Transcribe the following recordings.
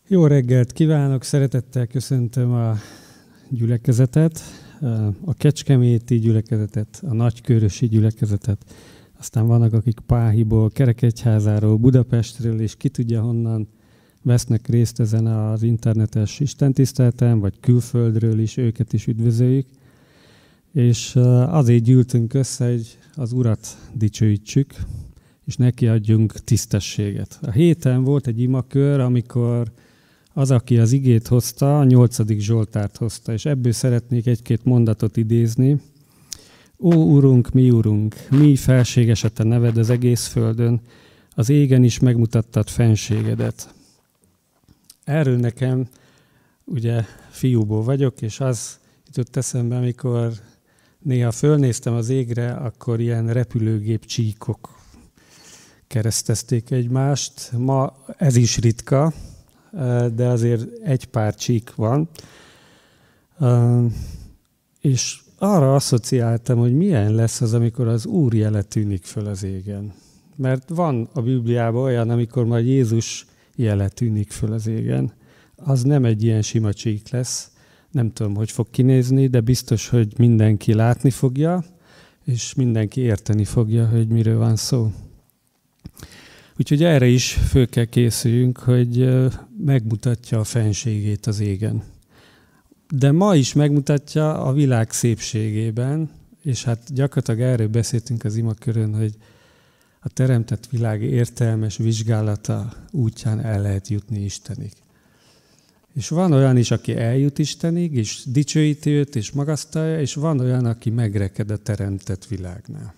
Jó reggelt kívánok, szeretettel köszöntöm a gyülekezetet, a kecskeméti gyülekezetet, a nagykőrösi gyülekezetet, aztán vannak, akik Páhiból, Kerekegyházáról, Budapestről, és ki tudja honnan vesznek részt ezen az internetes istentiszteleten, vagy külföldről is, őket is üdvözöljük. És azért gyűltünk össze, hogy az Urat dicsőítsük, és neki adjunk tisztességet. A héten volt egy imakör, amikor az, aki az igét hozta, a 8. Zsoltárt hozta, és ebből szeretnék egy-két mondatot idézni. Ó, Urunk, mi Urunk, mi felséges a te neved az egész földön, az égen is megmutattad fenségedet. Erről nekem, ugye fiúból vagyok, és az jutott eszembe, amikor néha fölnéztem az égre, akkor ilyen repülőgép csíkok keresztezték egymást. Ma ez is ritka, de azért egy pár csík van. És arra asszociáltam, hogy milyen lesz az, amikor az Úr jele tűnik föl az égen. Mert van a Bibliában olyan, amikor majd Jézus jele tűnik föl az égen. Az nem egy ilyen sima csík lesz. Nem tudom, hogy fog kinézni, de biztos, hogy mindenki látni fogja, és mindenki érteni fogja, hogy miről van szó. Úgyhogy erre is föl kell készüljünk, hogy megmutatja a fenségét az égen. De ma is megmutatja a világ szépségében, és hát gyakorlatilag erről beszéltünk az imakörön, hogy a teremtett világ értelmes vizsgálata útján el lehet jutni Istenig. És van olyan is, aki eljut Istenig, és dicsőíti őt, és magasztalja, és van olyan, aki megreked a teremtett világnál.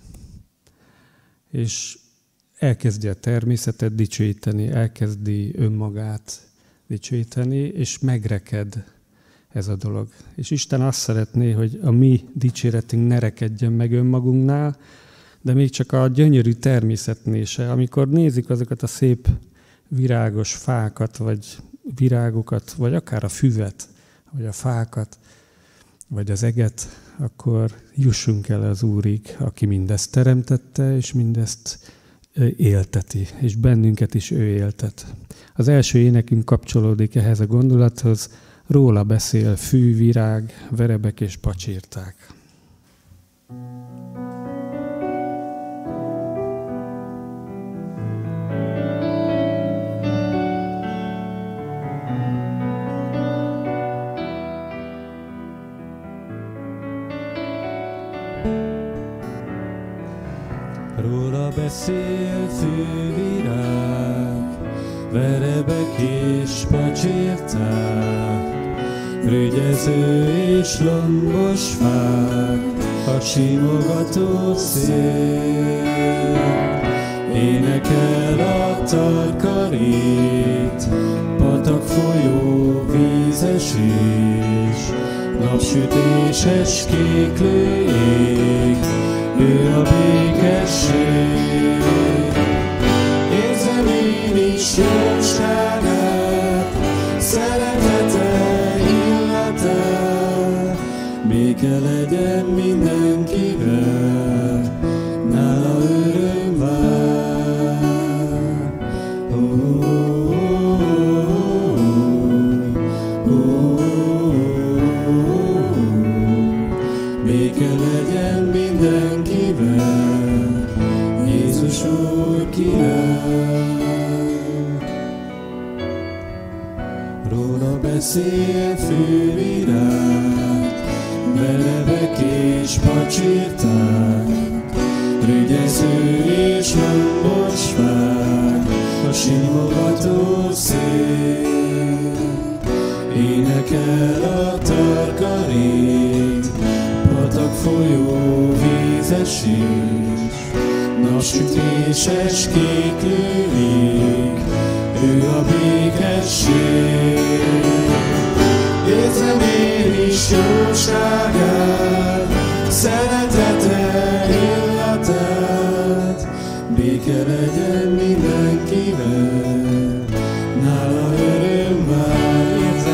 És elkezdi a természetet dicsőíteni, elkezdi önmagát dicsőíteni, és megreked ez a dolog. És Isten azt szeretné, hogy a mi dicséretünk ne rekedjen meg önmagunknál, de még csak a gyönyörű természetnél se. Amikor nézik azokat a szép virágos fákat, vagy virágokat, vagy akár a füvet, vagy a fákat, vagy az eget, akkor jussunk el az Úrig, aki mindezt teremtette, és mindezt élteti, és bennünket is ő éltet. Az első énekünk kapcsolódik ehhez a gondolathoz, róla beszél fű, virág, verebek és pacsirták. Róla beszél fűvirág, verebek és pacsirták, rügyező és lombos fák, a simogató szél. Énekel a tarkarít, patak folyó vízesés, napsütéses kéklő ég, ő a békesség. Érzem én is jóságát, szeretete, illatát, béke legyen mindenkivel, nála öröm vár. Béke legyen mindenkivel, Jézus Úr király. Róla beszél fűvirág, verebek és pacsirták, rügyező és lombos fák, a simogató szél. Énekel a tarkarít, patak folyó vízesés, napsütéses kéklő ég, ő a békesség. Érzem én is jóságát, szeretete, illatát, béke legyen mindenkivel, nála öröm vár.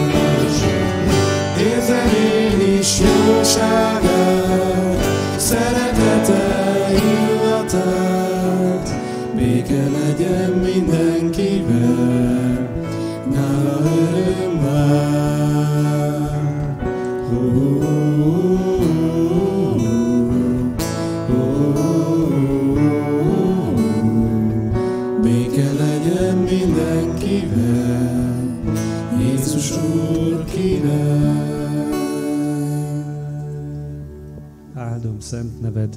Érzem én is jóságát, szeretete, illatát, béke legyen mindenkivel, nála öröm. szívem, Jézus Úr király. Áldom szent neved.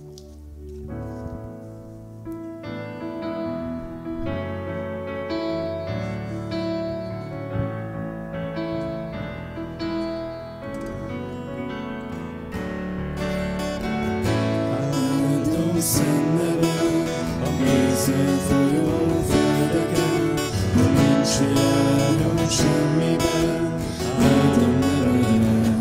Áldom szent neved, a mézen folyó földeken, ha nincs hiányom semmiben, áldom neved.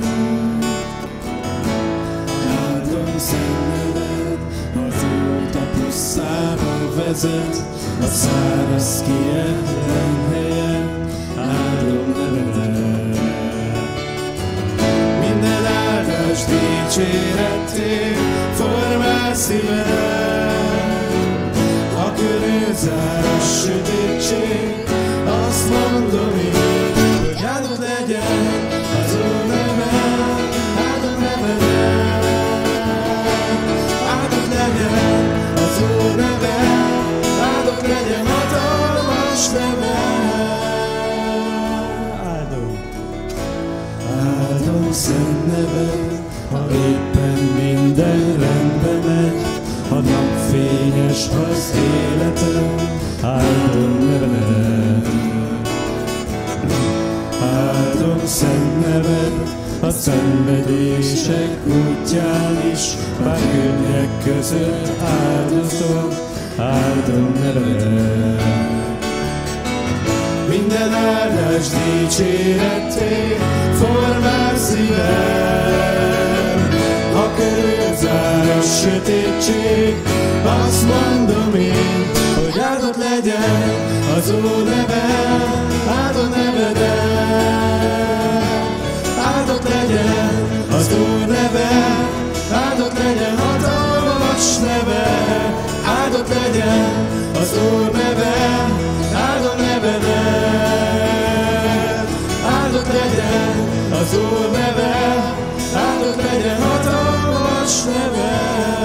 Áldom szent neved, az út a pusztába vezet, a száraz kietlen helyen, áldom nevedet. Minden áldás dicséretté formál szívem, a körülzár a sötétség, azt mondom én, hogy áldott legyen az Úr neve, áldott nevedet. Áldott legyen az Úr neve, áldott legyen hatalmas neve. Áldom. Áldom szent neved, ha éppen minden rendbe megy, ha napfényes az életem, áldom nevedet. Áldom szent neved, a szenvedések útján is, bár könnyek között áldozom, áldom nevedet. Minden áldás dicséretté formál szívem, ha körülzár a sötétség, azt mondom én, hogy áldott legyen az Úr neve, áldott nevedet. Áldott legyen az Úr neve, áldott legyen hatalmas neve, áldott legyen az Úr neve, áldott nevedet. Áldott legyen az Úr neve, áldott legyen hatalmas neve.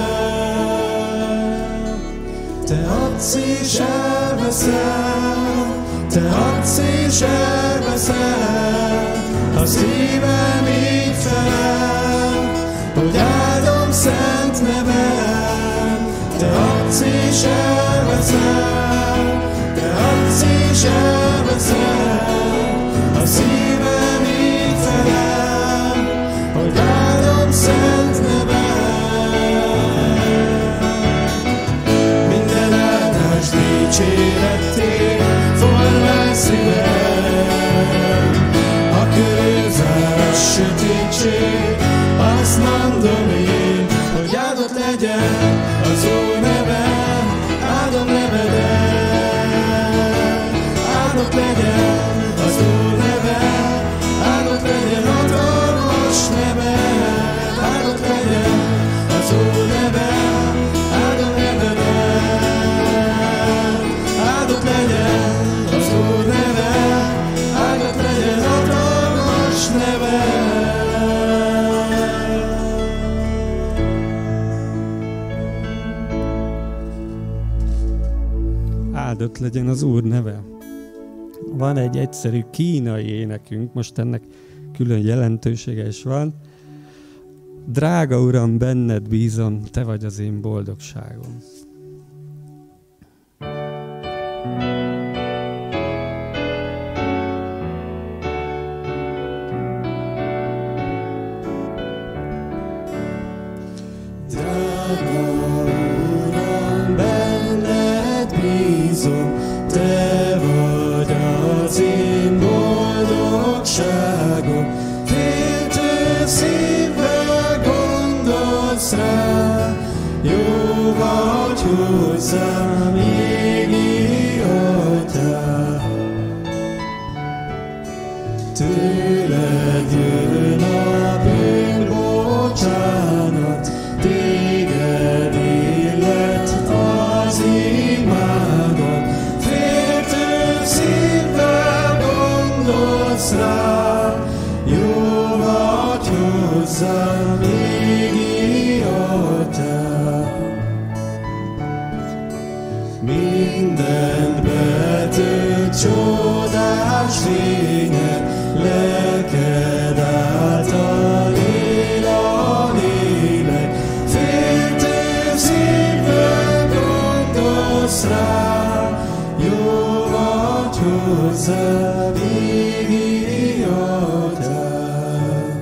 Te adsz és elveszel, te adsz és elveszel, a szívem így felel, hogy áldom szent neved. Te adsz és elveszel, te adsz és elveszel, a szívem így felel, hogy áldom szent neved. Minden áldás dicséretté formál szívem, a körülzár a sötétség, azt mondom én, hogy áldott legyen az Úr neve, áldom nevedet. Áldott legyen az Úr neve, áldott legyen hatalmas neve, áldott legyen az Úr neve, áldom nevedet. Áldott legyen az Úr neve, áldott legyen hatalmas neve. Áldott legyen az Úr neve. Van egy egyszerű kínai énekünk, most ennek külön jelentősége is van. Drága Uram, benned bízom, te vagy az én boldogságom. Drága Uram, benned bízom, te vagy az én boldogságom. Féltő szívvel gondolsz rá, jó vagy hozzám, égi atyám. Tőled jön a bűnbocsánat, téged illet az imádat. Féltő szívvel gondolsz rá, jó vagy hozzám, égi atyám. Mindent betölt fényed, lelked által él a lélek, féltő szívvel gondolsz rá, jó vagy hozzá, égi atyám.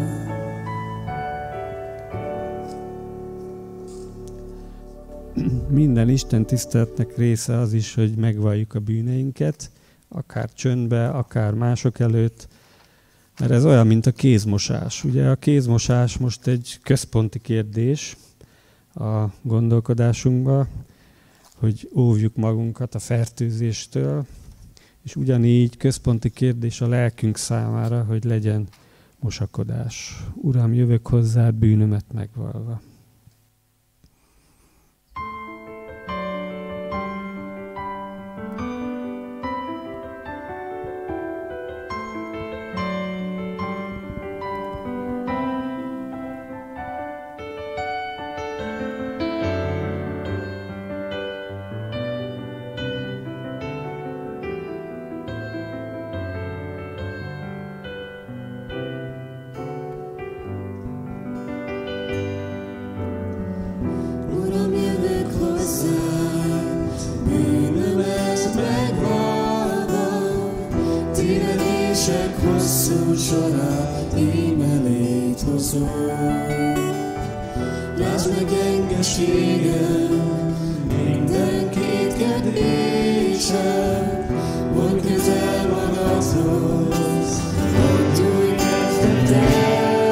Minden Isten tiszteletnek része az is, hogy megvalljuk a bűneinket, akár csöndbe, akár mások előtt, mert ez olyan, mint a kézmosás. Ugye a kézmosás most egy központi kérdés a gondolkodásunkban, hogy óvjuk magunkat a fertőzéstől, és ugyanígy központi kérdés a lelkünk számára, hogy legyen mosakodás. Uram, jövök hozzád bűnömet megvalva. Uram, jövök hozzád, bűnömet megvalva, tévedések hosszú sorát ím eléd hozom. Lásd meg gyengeségem, minden kétkedésem, vonj közel magadhoz, add új kezdetet.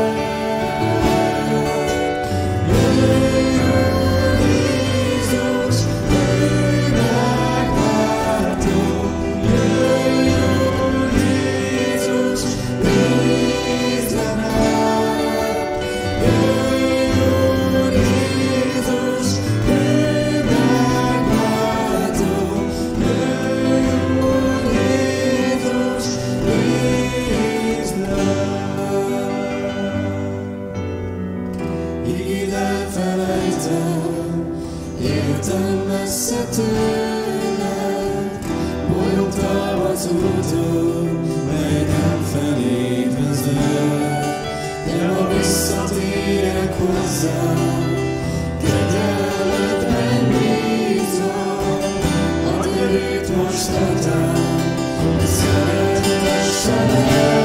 Ígéd elfelejtem, éltem messze tőled, bolyogtam az úton, mely nem feléd vezet. De ma visszatérek hozzád, kegyelmedben bízva, add erőt most adám, hogy szerethessem el.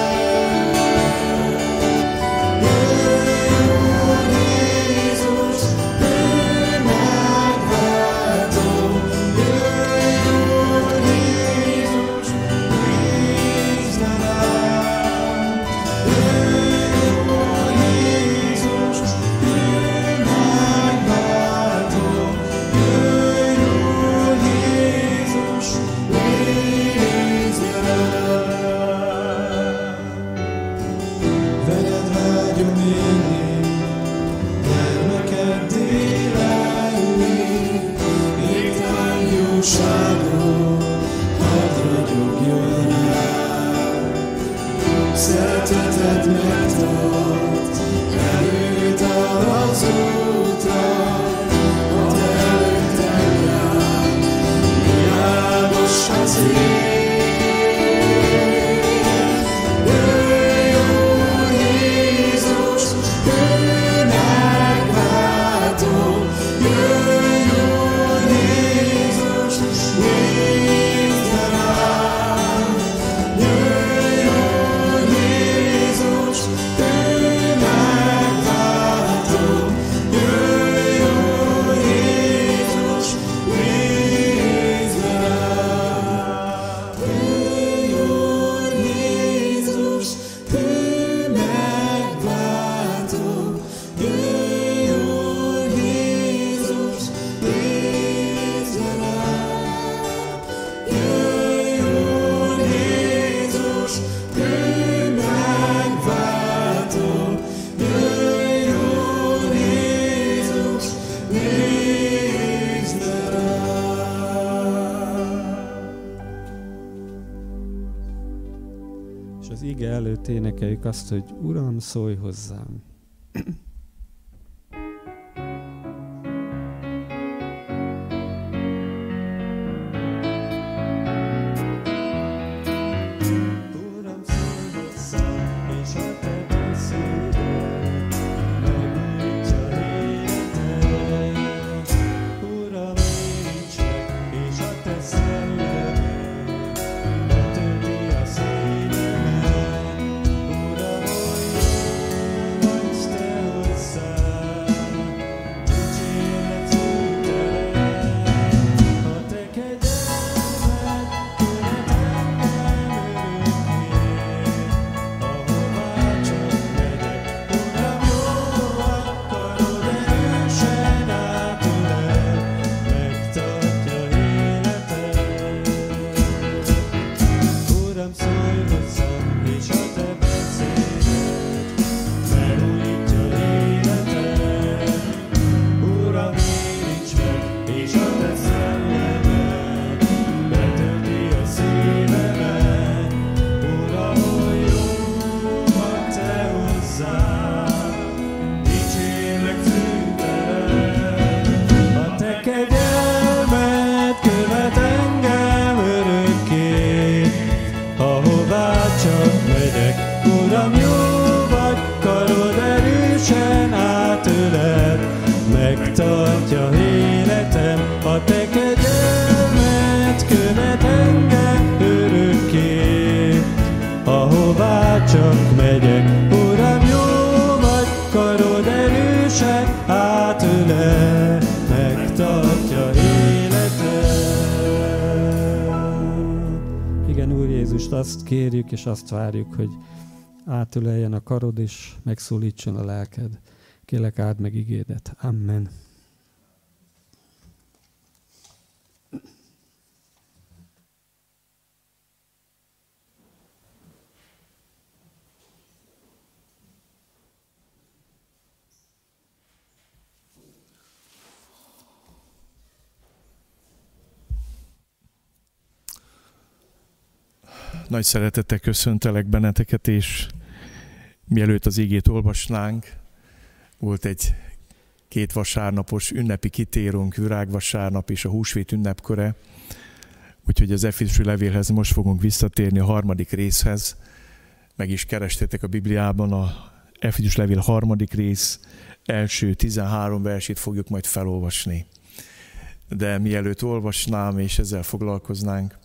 Veled vágyom élni, gyermekeddé lenni, végtelen jóságon, hadd ragyogjon rám. Szereteted megtart, erőt ad az útra, ha te előttem jár, világos az ég. És az ige előtt énekeljük azt, hogy Uram, szólj hozzám. csak megyek, Uram, jó vagy, karod erősen átölel, megtartja életem, a te kegyelmed követ engem örökké. Ahová csak megyek, Uram, jó vagy, karod erősen átölel, megtartja életem. Igen, Úr Jézust, azt kérjük és azt várjuk, hogy átöleljen a karod és megszólítson a lelked. Kérlek, áld meg igédet. Amen. Nagy szeretettel köszöntelek benneteket, és mielőtt az igét olvasnánk, volt egy 2 vasárnapos ünnepi kitérónk, virágvasárnap és a húsvét ünnepköre, úgyhogy az Efézusi levélhez most fogunk visszatérni a 3. részhez. Meg is kerestétek a Bibliában a Efézus levél 3. rész első 13 versét fogjuk majd felolvasni. De mielőtt olvasnám és ezzel foglalkoznánk,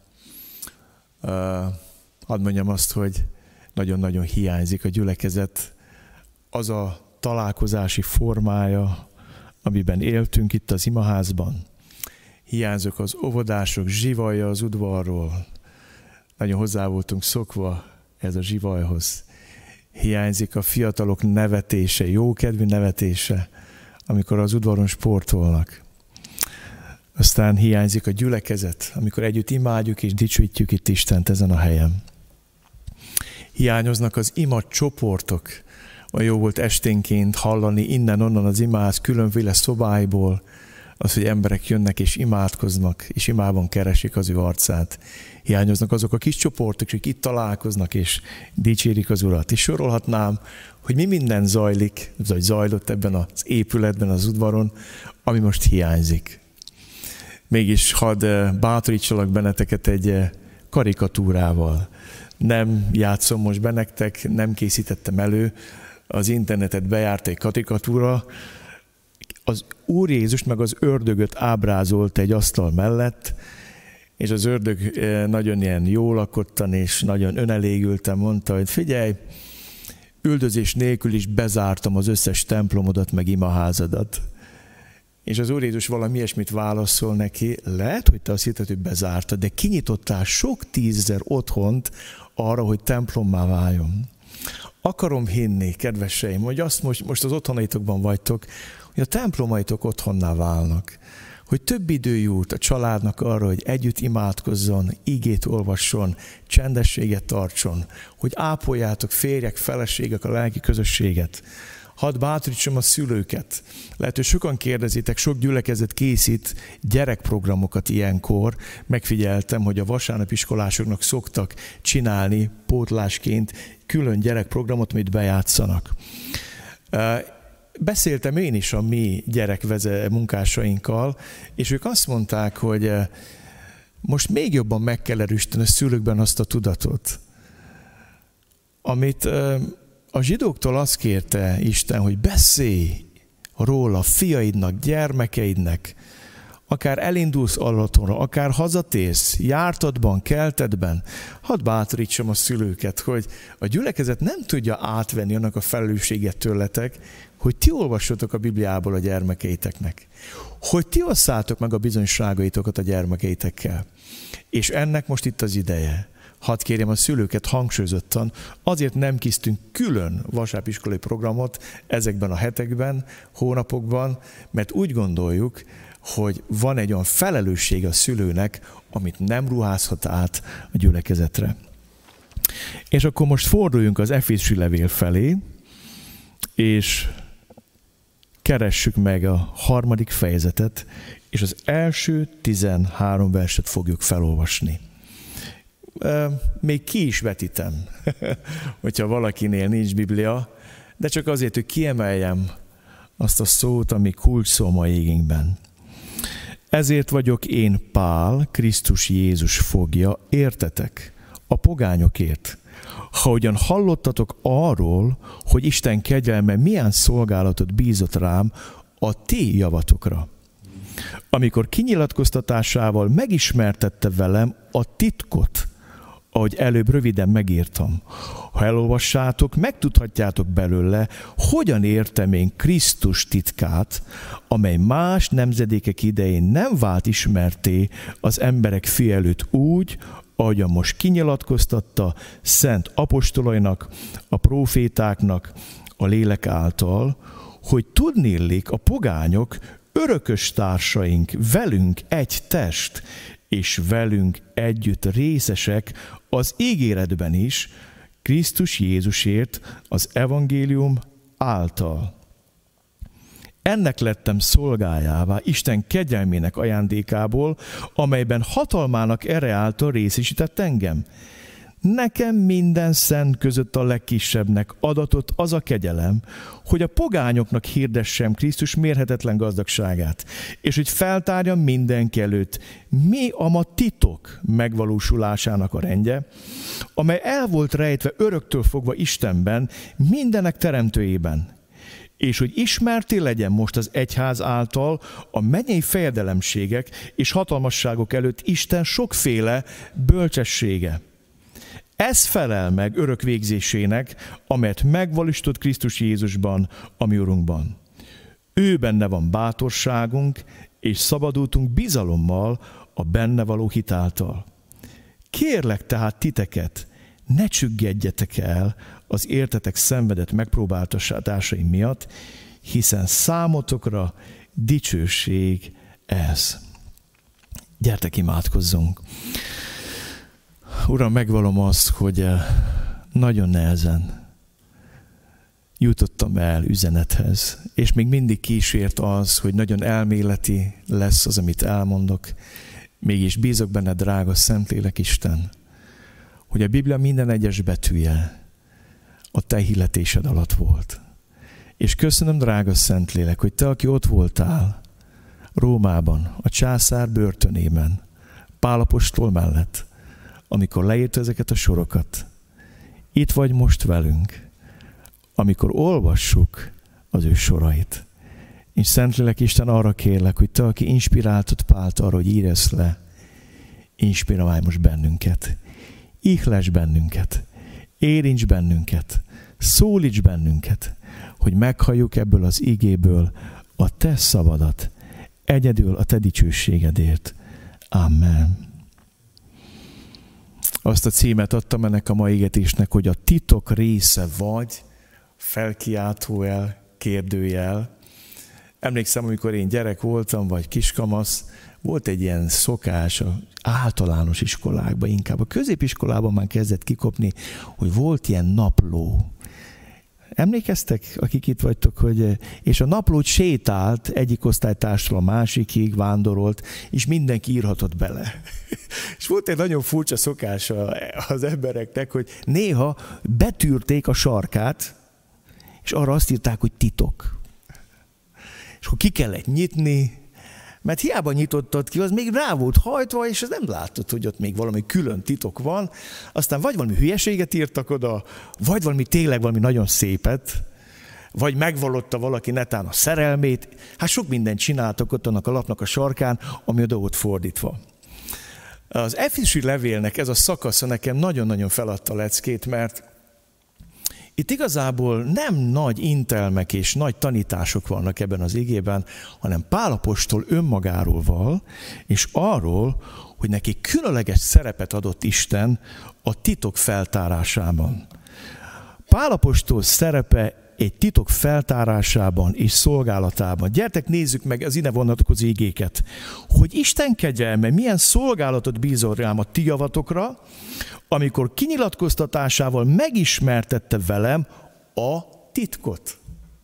hadd mondjam azt, hogy nagyon-nagyon hiányzik a gyülekezet, az a találkozási formája, amiben éltünk itt az imaházban. Hiányzok az óvodások zsivaja az udvarról. Nagyon hozzá voltunk szokva ez a zsivajhoz. Hiányzik a fiatalok nevetése, jókedvű nevetése, amikor az udvaron sportolnak. Aztán hiányzik a gyülekezet, amikor együtt imádjuk és dicsőítjük itt Istent ezen a helyen. Hiányoznak az imacsoportok. Olyan jó volt esténként hallani innen-onnan az imáz különféle szobáiból, az, hogy emberek jönnek és imádkoznak, és imában keresik az ő arcát. Hiányoznak azok a kis csoportok, akik itt találkoznak és dicsérik az Urat. És sorolhatnám, hogy mi minden zajlik, vagy zajlott ebben az épületben, az udvaron, ami most hiányzik. Mégis hadd bátorítsalak benneteket egy karikatúrával. Nem játszom most bennektek, nem készítettem elő, az internetet bejárt egy karikatúra, az Úr Jézus meg az ördögöt ábrázolt egy asztal mellett, és az ördög nagyon ilyen jól lakottan és nagyon önelégülten mondta, hogy figyelj, üldözés nélkül is bezártam az összes templomodat meg imaházadat. És az Úr Jézus valami ilyesmit válaszol neki, lehet, hogy te azt hitted, hogy bezártad, de kinyitottál sok 10 000 otthont arra, hogy templommá váljon. Akarom hinni, kedveseim, hogy azt most az otthonaitokban vagytok, hogy a templomaitok otthonná válnak. Hogy több idő jut a családnak arra, hogy együtt imádkozzon, igét olvasson, csendességet tartson, hogy ápoljátok férjek, feleségek a lelki közösséget. Hadd bátorítsam a szülőket. Lehet, hogy sokan kérdezitek, sok gyülekezet készít gyerekprogramokat ilyenkor. Megfigyeltem, hogy a vasárnapiskolásoknak szoktak csinálni pótlásként külön gyerekprogramot, amit bejátszanak. Beszéltem én is a mi munkásainkkal, és ők azt mondták, hogy most még jobban meg kell erősíteni a szülőkben azt a tudatot, amit a zsidóktól azt kérte Isten, hogy beszélj róla fiaidnak, gyermekeidnek, akár elindulsz otthonra, akár hazatérsz, jártatban, keltetben. Hadd bátorítsam a szülőket, hogy a gyülekezet nem tudja átvenni annak a felelősséget tőletek, hogy ti olvassatok a Bibliából a gyermekeiteknek. Hogy ti osszátok meg a bizonyságaitokat a gyermekeitekkel. És ennek most itt az ideje. Hadd kérjem a szülőket hangsúlyozottan, azért nem készítünk külön vasárnapiskolai programot ezekben a hetekben, hónapokban, mert úgy gondoljuk, hogy van egy olyan felelősség a szülőnek, amit nem ruházhat át a gyülekezetre. És akkor most forduljunk az Efézusi levél felé, és keressük meg a 3. fejezetet, és az első 13 verset fogjuk felolvasni. Még ki is vetítem, hogyha valakinél nincs Biblia, de csak azért, hogy kiemeljem azt a szót, ami kulcs szó ma égénkben. Ezért vagyok én Pál, Krisztus Jézus fogja, értetek, a pogányokért. Ha ugyan hallottatok arról, hogy Isten kegyelme milyen szolgálatot bízott rám a ti javatokra, amikor kinyilatkoztatásával megismertette velem a titkot, ahogy előbb röviden megírtam. Ha elolvassátok, megtudhatjátok belőle, hogyan értem én Krisztus titkát, amely más nemzedékek idején nem vált ismerté az emberek fia előtt úgy, ahogyan most kinyilatkoztatta szent apostolainak, a prófétáknak, a lélek által, hogy tudnillik a pogányok örökös társaink, velünk egy test, és velünk együtt részesek az ígéretben is, Krisztus Jézusért az evangélium által. Ennek lettem szolgájává Isten kegyelmének ajándékából, amelyben hatalmának ereje által részesített engem. Nekem minden szent között a legkisebbnek adatott az a kegyelem, hogy a pogányoknak hirdessem Krisztus mérhetetlen gazdagságát, és hogy feltárjam mindenki előtt, mi a ma titok megvalósulásának a rendje, amely el volt rejtve öröktől fogva Istenben, mindenek teremtőjében, és hogy ismerté legyen most az egyház által a mennyei fejedelemségek és hatalmasságok előtt Isten sokféle bölcsessége. Ez felel meg örök végzésének, amelyet megvalósított Krisztus Jézusban, a mi Urunkban. Ő benne van bátorságunk, és szabadultunk bizalommal a benne való hit által. Kérlek tehát titeket, ne csüggedjetek el az értetek szenvedett megpróbáltatásaim miatt, hiszen számotokra dicsőség ez. Gyertek, imádkozzunk! Uram, megvallom azt, hogy nagyon nehezen jutottam el üzenethez, és még mindig kísért az, hogy nagyon elméleti lesz az, amit elmondok. Mégis bízok benne, drága Szentlélek Isten, hogy a Biblia minden egyes betűje a te hirdetésed alatt volt. És köszönöm, drága Szentlélek, hogy te, aki ott voltál Rómában, a császár börtönében, Pál apostol mellett, amikor leírta ezeket a sorokat, itt vagy most velünk, amikor olvassuk az ő sorait. És Szentlélek Isten, arra kérlek, hogy te, aki inspiráltad Pált arra, hogy írj ezt le, inspirálj most bennünket, ihless bennünket, érints bennünket, szólíts bennünket, hogy meghalljuk ebből az igéből a te szavadat, egyedül a te dicsőségedért. Amen. Azt a címet adtam ennek a mai igetésnek, hogy a titok része vagy, felkiáltójel, kérdőjel. Emlékszem, amikor én gyerek voltam, vagy kiskamasz, volt egy ilyen szokás az általános iskolákban, inkább a középiskolában már kezdett kikopni, hogy volt ilyen napló. Emlékeztek, akik itt vagytok, hogy és a naplót sétált egyik osztálytársról a másikig, vándorolt, és mindenki írhatott bele. És volt egy nagyon furcsa szokása az embereknek, hogy néha betűrték a sarkát, és arra azt írták, hogy titok. És akkor ki kellett nyitni, mert hiába nyitottad ki, az még rá volt hajtva, és az nem láttad, hogy ott még valami külön titok van. Aztán vagy valami hülyeséget írtak oda, vagy tényleg valami nagyon szépet, vagy megvallotta valaki netán a szerelmét. Hát sok mindent csináltak ott annak a lapnak a sarkán, ami oda volt fordítva. Az Efézusi levélnek ez a szakasza nekem nagyon-nagyon feladta a leckét, mert itt igazából nem nagy intelmek és nagy tanítások vannak ebben az igében, hanem Pál apostol önmagáról val, és arról, hogy neki különleges szerepet adott Isten a titok feltárásában. Pál apostol szerepe egy titok feltárásában és szolgálatában. Gyertek, nézzük meg az ide vonatkozó igéket, hogy Isten kegyelme milyen szolgálatot bízol rám a ti javatokra, amikor kinyilatkoztatásával megismertette velem a titkot.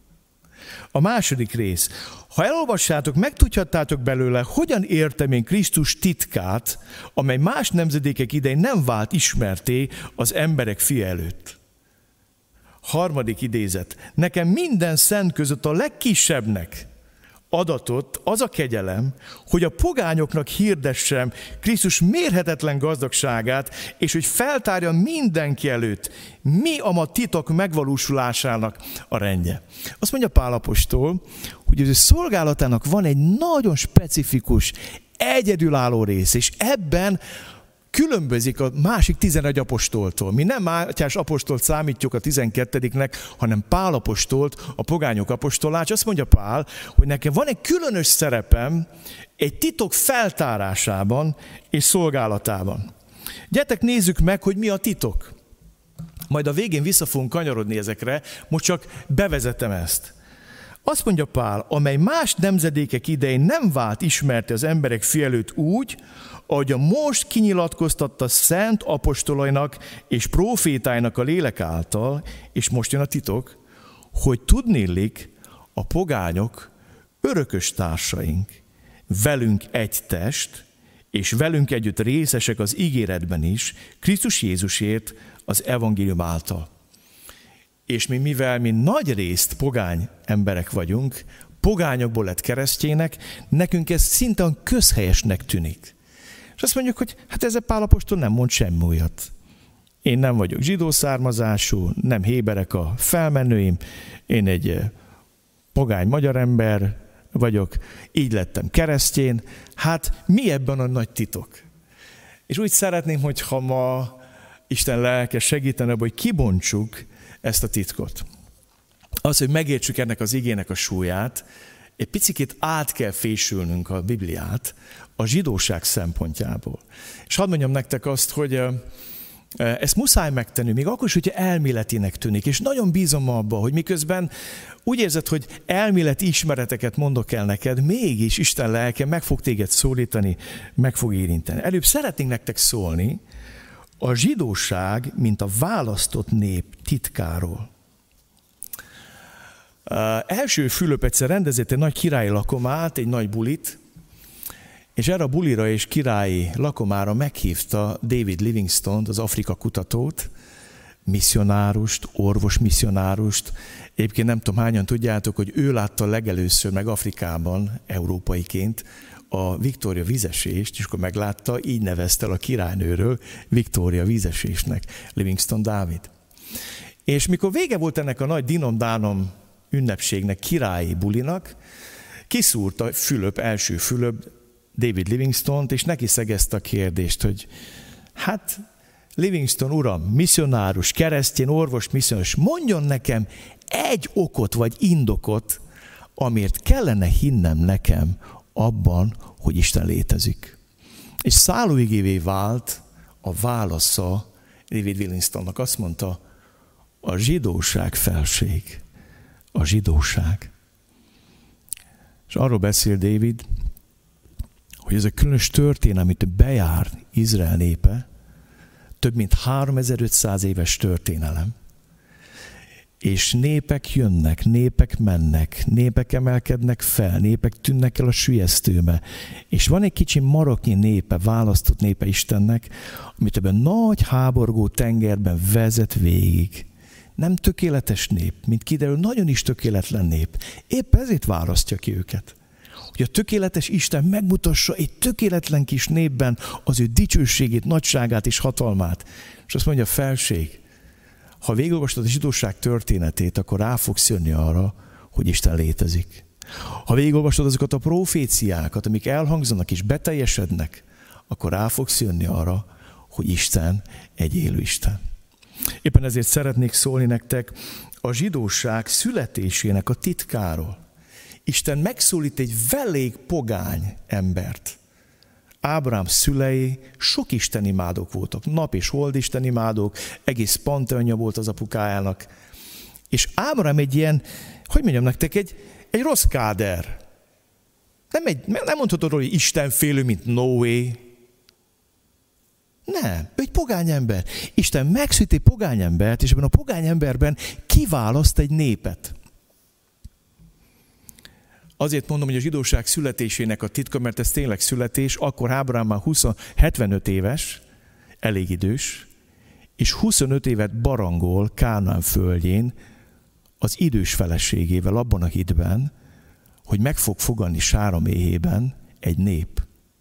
A második rész. Ha elolvassátok, megtudhattátok belőle, hogyan értem én Krisztus titkát, amely más nemzedékek idején nem vált ismerté az emberek fia előtt. Harmadik idézet. Nekem minden szent között a legkisebbnek adatot az a kegyelem, hogy a pogányoknak hirdessem Krisztus mérhetetlen gazdagságát, és hogy feltárja mindenki előtt, mi a ma titok megvalósulásának a rendje. Azt mondja Pál apostol, hogy az ő szolgálatának van egy nagyon specifikus, egyedülálló rész, és ebben különbözik a másik 11 apostoltól. Mi nem Mátyás apostolt számítjuk a 12-nek, hanem Pál apostolt, a pogányok apostolát. Azt mondja Pál, hogy nekem van egy különös szerepem egy titok feltárásában és szolgálatában. Gyertek, nézzük meg, hogy mi a titok. Majd a végén vissza fogunk kanyarodni ezekre, most csak bevezetem ezt. Azt mondja Pál, amely más nemzedékek idején nem vált ismerté az emberek fia előtt úgy, ahogy a most kinyilatkoztatta szent apostolainak és prófétáinak a lélek által, és most jön a titok, hogy tudnillik a pogányok örökös társaink, velünk egy test, és velünk együtt részesek az ígéretben is, Krisztus Jézusért az evangélium által. És mivel mi nagy részt pogány emberek vagyunk, pogányokból lett keresztjének, nekünk ez szinte közhelyesnek tűnik. És azt mondjuk, hogy hát ez a Pál apostol nem mond semmi újat. Én nem vagyok zsidó származású, nem héberek a felmenőim, én egy pogány magyar ember vagyok, így lettem keresztjén. Hát mi ebben a nagy titok? És úgy szeretném, hogyha ma Isten lelke segítene, hogy kibontsuk ezt a titkot. Az, hogy megértsük ennek az igének a súlyát, egy picikét át kell fésülnünk a Bibliát a zsidóság szempontjából. És hadd mondjam nektek azt, hogy ezt muszáj megtenni, még akkor is, hogyha elméletinek tűnik, és nagyon bízom abba, hogy miközben úgy érzed, hogy elméleti ismereteket mondok el neked, mégis Isten lelke meg fog téged szólítani, meg fog érinteni. Előbb szeretnénk nektek szólni a zsidóság, mint a választott nép titkáról. Első Fülöp egyszer rendezett egy nagy királyi lakomát, egy nagy bulit, és erre a bulira és királyi lakomára meghívta David Livingstone-t, az Afrika kutatót, misszionárust, orvos misszionárust. Egyébként nem tudom, hányan tudjátok, hogy ő látta legelőször meg Afrikában, európaiként, a Viktória vízesést, és akkor meglátta, így nevezte el a királynőről Viktória vízesésnek, Livingstone Dávid. És mikor vége volt ennek a nagy dinom-dánom ünnepségnek, királyi bulinak, kiszúrta első Fülöp David Livingstone-t, és neki szegezte a kérdést, hogy hát Livingstone uram, misszionárus, keresztény, orvos, misszionárus, mondjon nekem egy okot vagy indokot, amiért kellene hinnem nekem abban, hogy Isten létezik. És szállóigévé vált a válasza David Livingstone-nak. Azt mondta, a zsidóság felség. A zsidóság. És arról beszél David, hogy ez a különös történet, amit bejár Izrael népe, több mint 3500 éves történelem. És népek jönnek, népek mennek, népek emelkednek fel, népek tűnnek el a sülyeztőbe. És van egy kicsi maroknyi népe, választott népe Istennek, amit ebben nagy háborgó tengerben vezet végig. Nem tökéletes nép, mint kiderül, nagyon is tökéletlen nép. Épp ezért választja ki őket. Hogy a tökéletes Isten megmutassa egy tökéletlen kis népben az ő dicsőségét, nagyságát és hatalmát. És azt mondja, felség, ha végigolvastad a zsidóság történetét, akkor rá fogsz jönni arra, hogy Isten létezik. Ha végigolvastad azokat a proféciákat, amik elhangzanak és beteljesednek, akkor rá fogsz jönni arra, hogy Isten egy élő Isten. Éppen ezért szeretnék szólni nektek a zsidóság születésének a titkáról. Isten megszólít egy velég pogány embert. Ábrám szülei sok istenimádók voltak, nap és hold istenimádók, egész panteonja volt az apukájának. És Ábrám egy ilyen, hogy mondjam nektek, egy rossz káder. Nem mondhatod róla, hogy istenfélő, mint Noé. Nem, ő egy pogány ember. Isten megszült egy pogány embert, és ebben a pogány emberben kiválaszt egy népet. Azért mondom, hogy a zsidóság születésének a titka, mert ez tényleg születés, akkor Ábrám már 75 éves, elég idős, és 25 évet barangol Kánaán földjén az idős feleségével abban a hitben, hogy meg fog foganni sára méhében egy nép.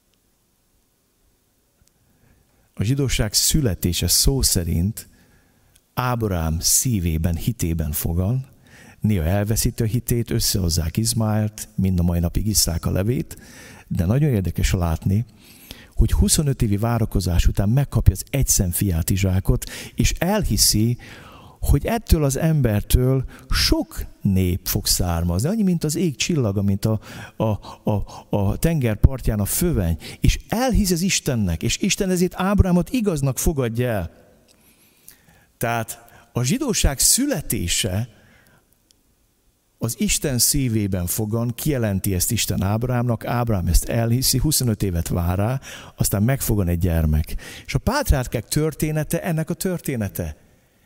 A zsidóság születése szó szerint Ábrahám szívében, hitében fogan, néha elveszíti a hitét, összehozzák Izmáelt, mind a mai napig isszák a levét, de nagyon érdekes látni, hogy 25 évi várakozás után megkapja az egyszem fiát, Izsákot, és elhiszi, hogy ettől az embertől sok nép fog származni, annyi, mint az ég csillaga, mint a tenger partján a föveny, és elhisz az Istennek, és Isten ezért Ábrahámot igaznak fogadja el. Tehát a zsidóság születése az Isten szívében fogan, kijelenti ezt Isten Ábrahámnak, Ábrahám ezt elhiszi, 25 évet vár rá, aztán megfogan egy gyermek. És a pátriárkák története ennek a története.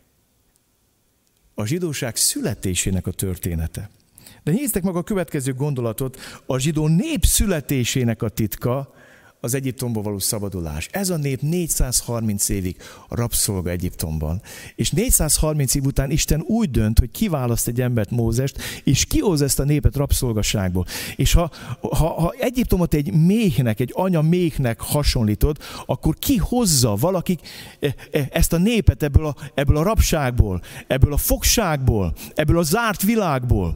A zsidóság születésének a története. De nézztek meg a következő gondolatot, a zsidó nép születésének a titka az Egyiptomból való szabadulás. Ez a nép 430 évig rabszolga Egyiptomban. És 430 év után Isten úgy dönt, hogy kiválaszt egy embert, Mózest, és kihozza ezt a népet rabszolgaságból. És ha Egyiptomot egy méhnek, egy anya méhnek hasonlítod, akkor kihozza valakik ezt a népet ebből a rabságból, ebből a fogságból, ebből a zárt világból.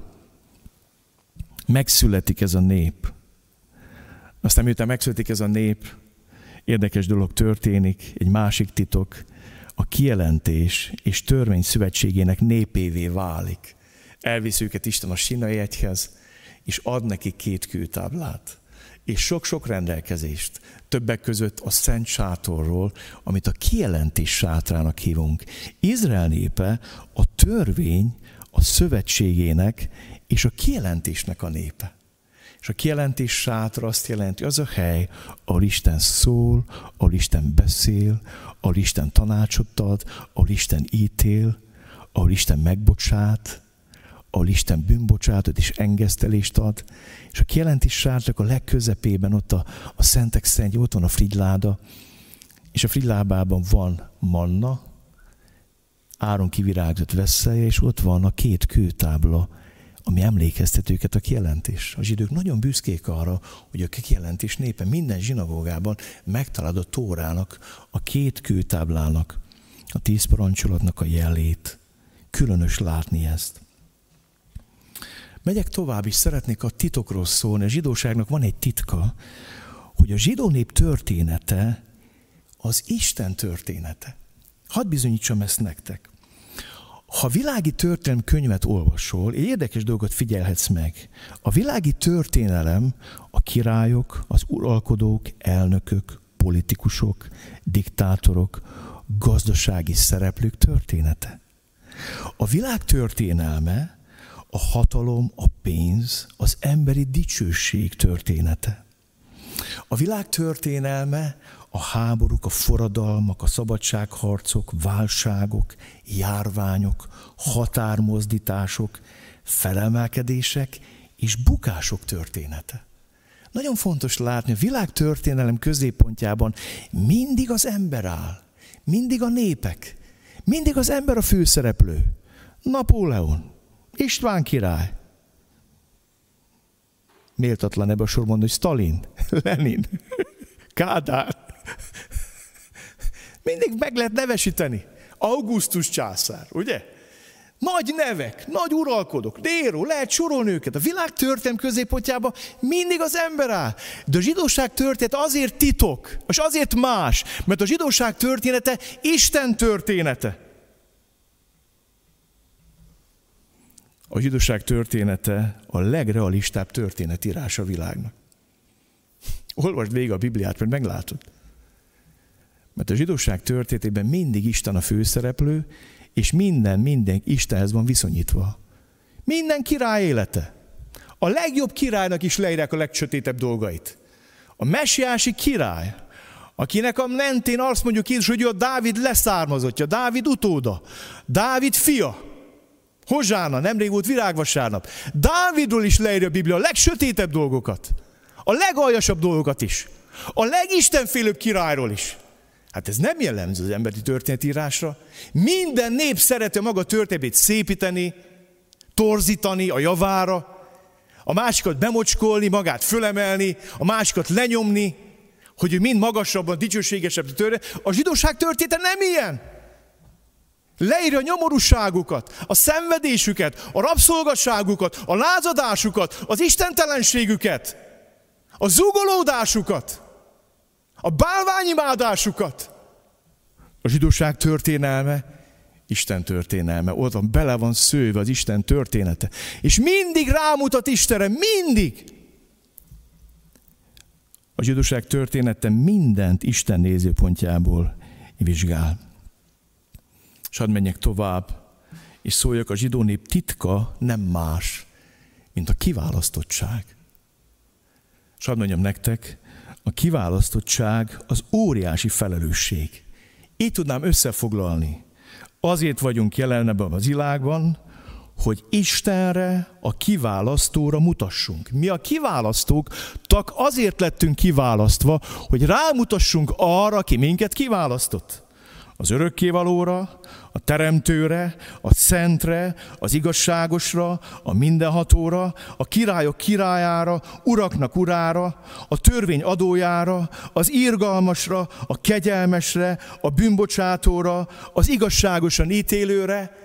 Megszületik ez a nép. Aztán miután megszületik ez a nép, érdekes dolog történik, egy másik titok, a kijelentés és törvény szövetségének népévé válik. Elvisz őket Isten a Sinai hegyhez, és ad nekik 2 kőtáblát, és sok-sok rendelkezést, többek között a Szent Sátorról, amit a kijelentés sátrának hívunk. Izrael népe a törvény, a szövetségének és a kijelentésnek a népe. És a kijelentés sátra azt jelenti, az a hely, ahol Isten szól, ahol Isten beszél, ahol Isten tanácsot ad, ahol Isten ítél, ahol Isten megbocsát, ahol Isten bűnbocsátot és engesztelést ad. És a kijelentés sátrak a legközepében ott a szentek szentje, ott van a frigyláda, és a frigylábában van manna, áron kivirágzott vesszelje, és ott van a 2 kőtábla, ami emlékeztet őket a kijelentés. A zsidók nagyon büszkék arra, hogy a kijelentés népe minden zsinagógában megtalálod a Tórának, a 2 kőtáblának, a 10 parancsolatnak a jelét. Különös látni ezt. Megyek tovább, és szeretnék a titokról szólni. A zsidóságnak van egy titka, hogy a zsidó nép története az Isten története. Hadd bizonyítsam ezt nektek. Ha világi történelem könyvet olvasol, érdekes dolgot figyelhetsz meg. A világi történelem a királyok, az uralkodók, elnökök, politikusok, diktátorok, gazdasági szereplők története. A világ történelme a hatalom, a pénz, az emberi dicsőség története. A világ történelme a háborúk, a forradalmak, a szabadságharcok, válságok, járványok, határmozdítások, felemelkedések és bukások története. Nagyon fontos látni, a világ történelem középpontjában mindig az ember áll, mindig a népek, mindig az ember a főszereplő. Napóleon, István király. Méltatlan ebbe a sorban, hogy Sztalin, Lenin, Kádár. Mindig meg lehet nevesíteni. Augustus császár, ugye? Nagy nevek, nagy uralkodók, Néró, lehet sorolni őket. A világ történelem középpontjában mindig az ember áll. De a zsidóság története azért titok, és azért más, mert a zsidóság története Isten története. A zsidóság története a legrealistább történetírás a világnak. Olvasd végig a Bibliát, mert meglátod. Mert a zsidóság történetében mindig Isten a főszereplő, és minden Istenhez van viszonyítva. Minden király élete. A legjobb királynak is leírják a legsötétebb dolgait. A messiási király, akinek a mentén azt mondjuk Jézus, hogy ő a Dávid leszármazottja, Dávid utóda, Dávid fia. Hozsána, nemrég volt virágvasárnap. Dávidról is leírja a Biblia a legsötétebb dolgokat. A legaljasabb dolgokat is. A legistenfélőbb királyról is. Hát ez nem jellemző az emberi történetírásra. Minden nép szereti maga történetét szépíteni, torzítani a javára. A másikat bemocskolni, magát fölemelni, a másikat lenyomni, hogy ő mind magasabban, dicsőségesebb törve. A zsidóság története nem ilyen. Leírja a nyomorúságukat, a szenvedésüket, a rabszolgaságukat, a lázadásukat, az istentelenségüket, a zúgolódásukat, a bálványimádásukat. A zsidóság történelme Isten történelme. Ott van, bele van szőve az Isten története. És mindig rámutat Istenre, mindig. A zsidóság története mindent Isten nézőpontjából vizsgál. És hadd menjek tovább, és szóljak, a zsidó nép titka nem más, mint a kiválasztottság. És hadd mondjam nektek, a kiválasztottság az óriási felelősség. Így tudnám összefoglalni. Azért vagyunk jelen ebben az világban, hogy Istenre, a kiválasztóra mutassunk. Mi a kiválasztók azért lettünk kiválasztva, hogy rámutassunk arra, aki minket kiválasztott. Az örökkévalóra, a teremtőre, a szentre, az igazságosra, a mindenhatóra, a királyok királyára, uraknak urára, a törvény adójára, az irgalmasra, a kegyelmesre, a bűnbocsátóra, az igazságosan ítélőre.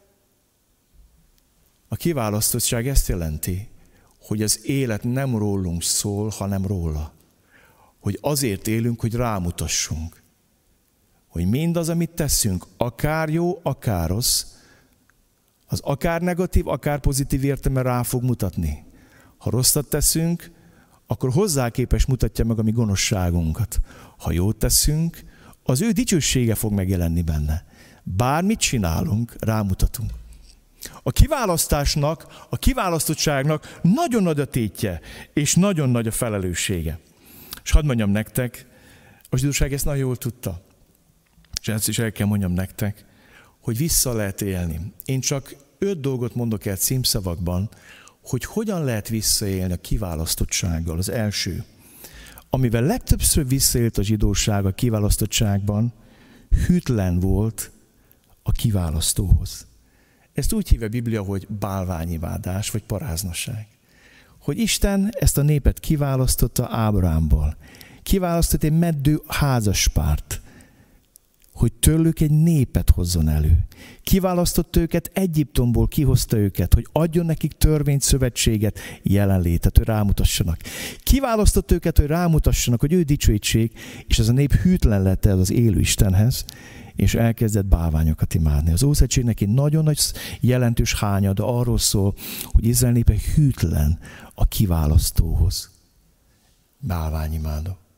A kiválasztottság ezt jelenti, hogy az élet nem rólunk szól, hanem róla. Hogy azért élünk, hogy rámutassunk. Hogy mindaz, amit teszünk, akár jó, akár rossz, az akár negatív, akár pozitív értelemben rá fog mutatni. Ha rosszat teszünk, akkor hozzá képes mutatja meg a mi gonoszságunkat. Ha jót teszünk, az ő dicsősége fog megjelenni benne. Bármit csinálunk, rámutatunk. A kiválasztásnak, a kiválasztottságnak nagyon nagy a tétje, és nagyon nagy a felelőssége. És hadd mondjam nektek, a zsidóság ezt nagyon jól tudta. És ezt is el kell mondjam nektek, hogy vissza lehet élni. Én csak 5 dolgot mondok el címszavakban, hogy hogyan lehet visszaélni a kiválasztottsággal. Az első, amivel legtöbbször visszaélt a zsidóság a kiválasztottságban, hűtlen volt a kiválasztóhoz. Ezt úgy hívja a Biblia, hogy bálványimádás, vagy paráznaság. Hogy Isten ezt a népet kiválasztotta Ábrahámból. Kiválasztott egy meddő házaspárt, hogy tőlük egy népet hozzon elő. Kiválasztott őket, Egyiptomból kihozta őket, hogy adjon nekik törvényt, szövetséget, jelenlétet, hogy rámutassanak. Kiválasztott őket, hogy rámutassanak, hogy ő dicsőítsék, és ez a nép hűtlen lett el az élő Istenhez, és elkezdett bálványokat imádni. Az Ószövetségnek egy nagyon nagy jelentős hányada arról szól, hogy Izrael népe hűtlen a kiválasztóhoz. Bálványimádó.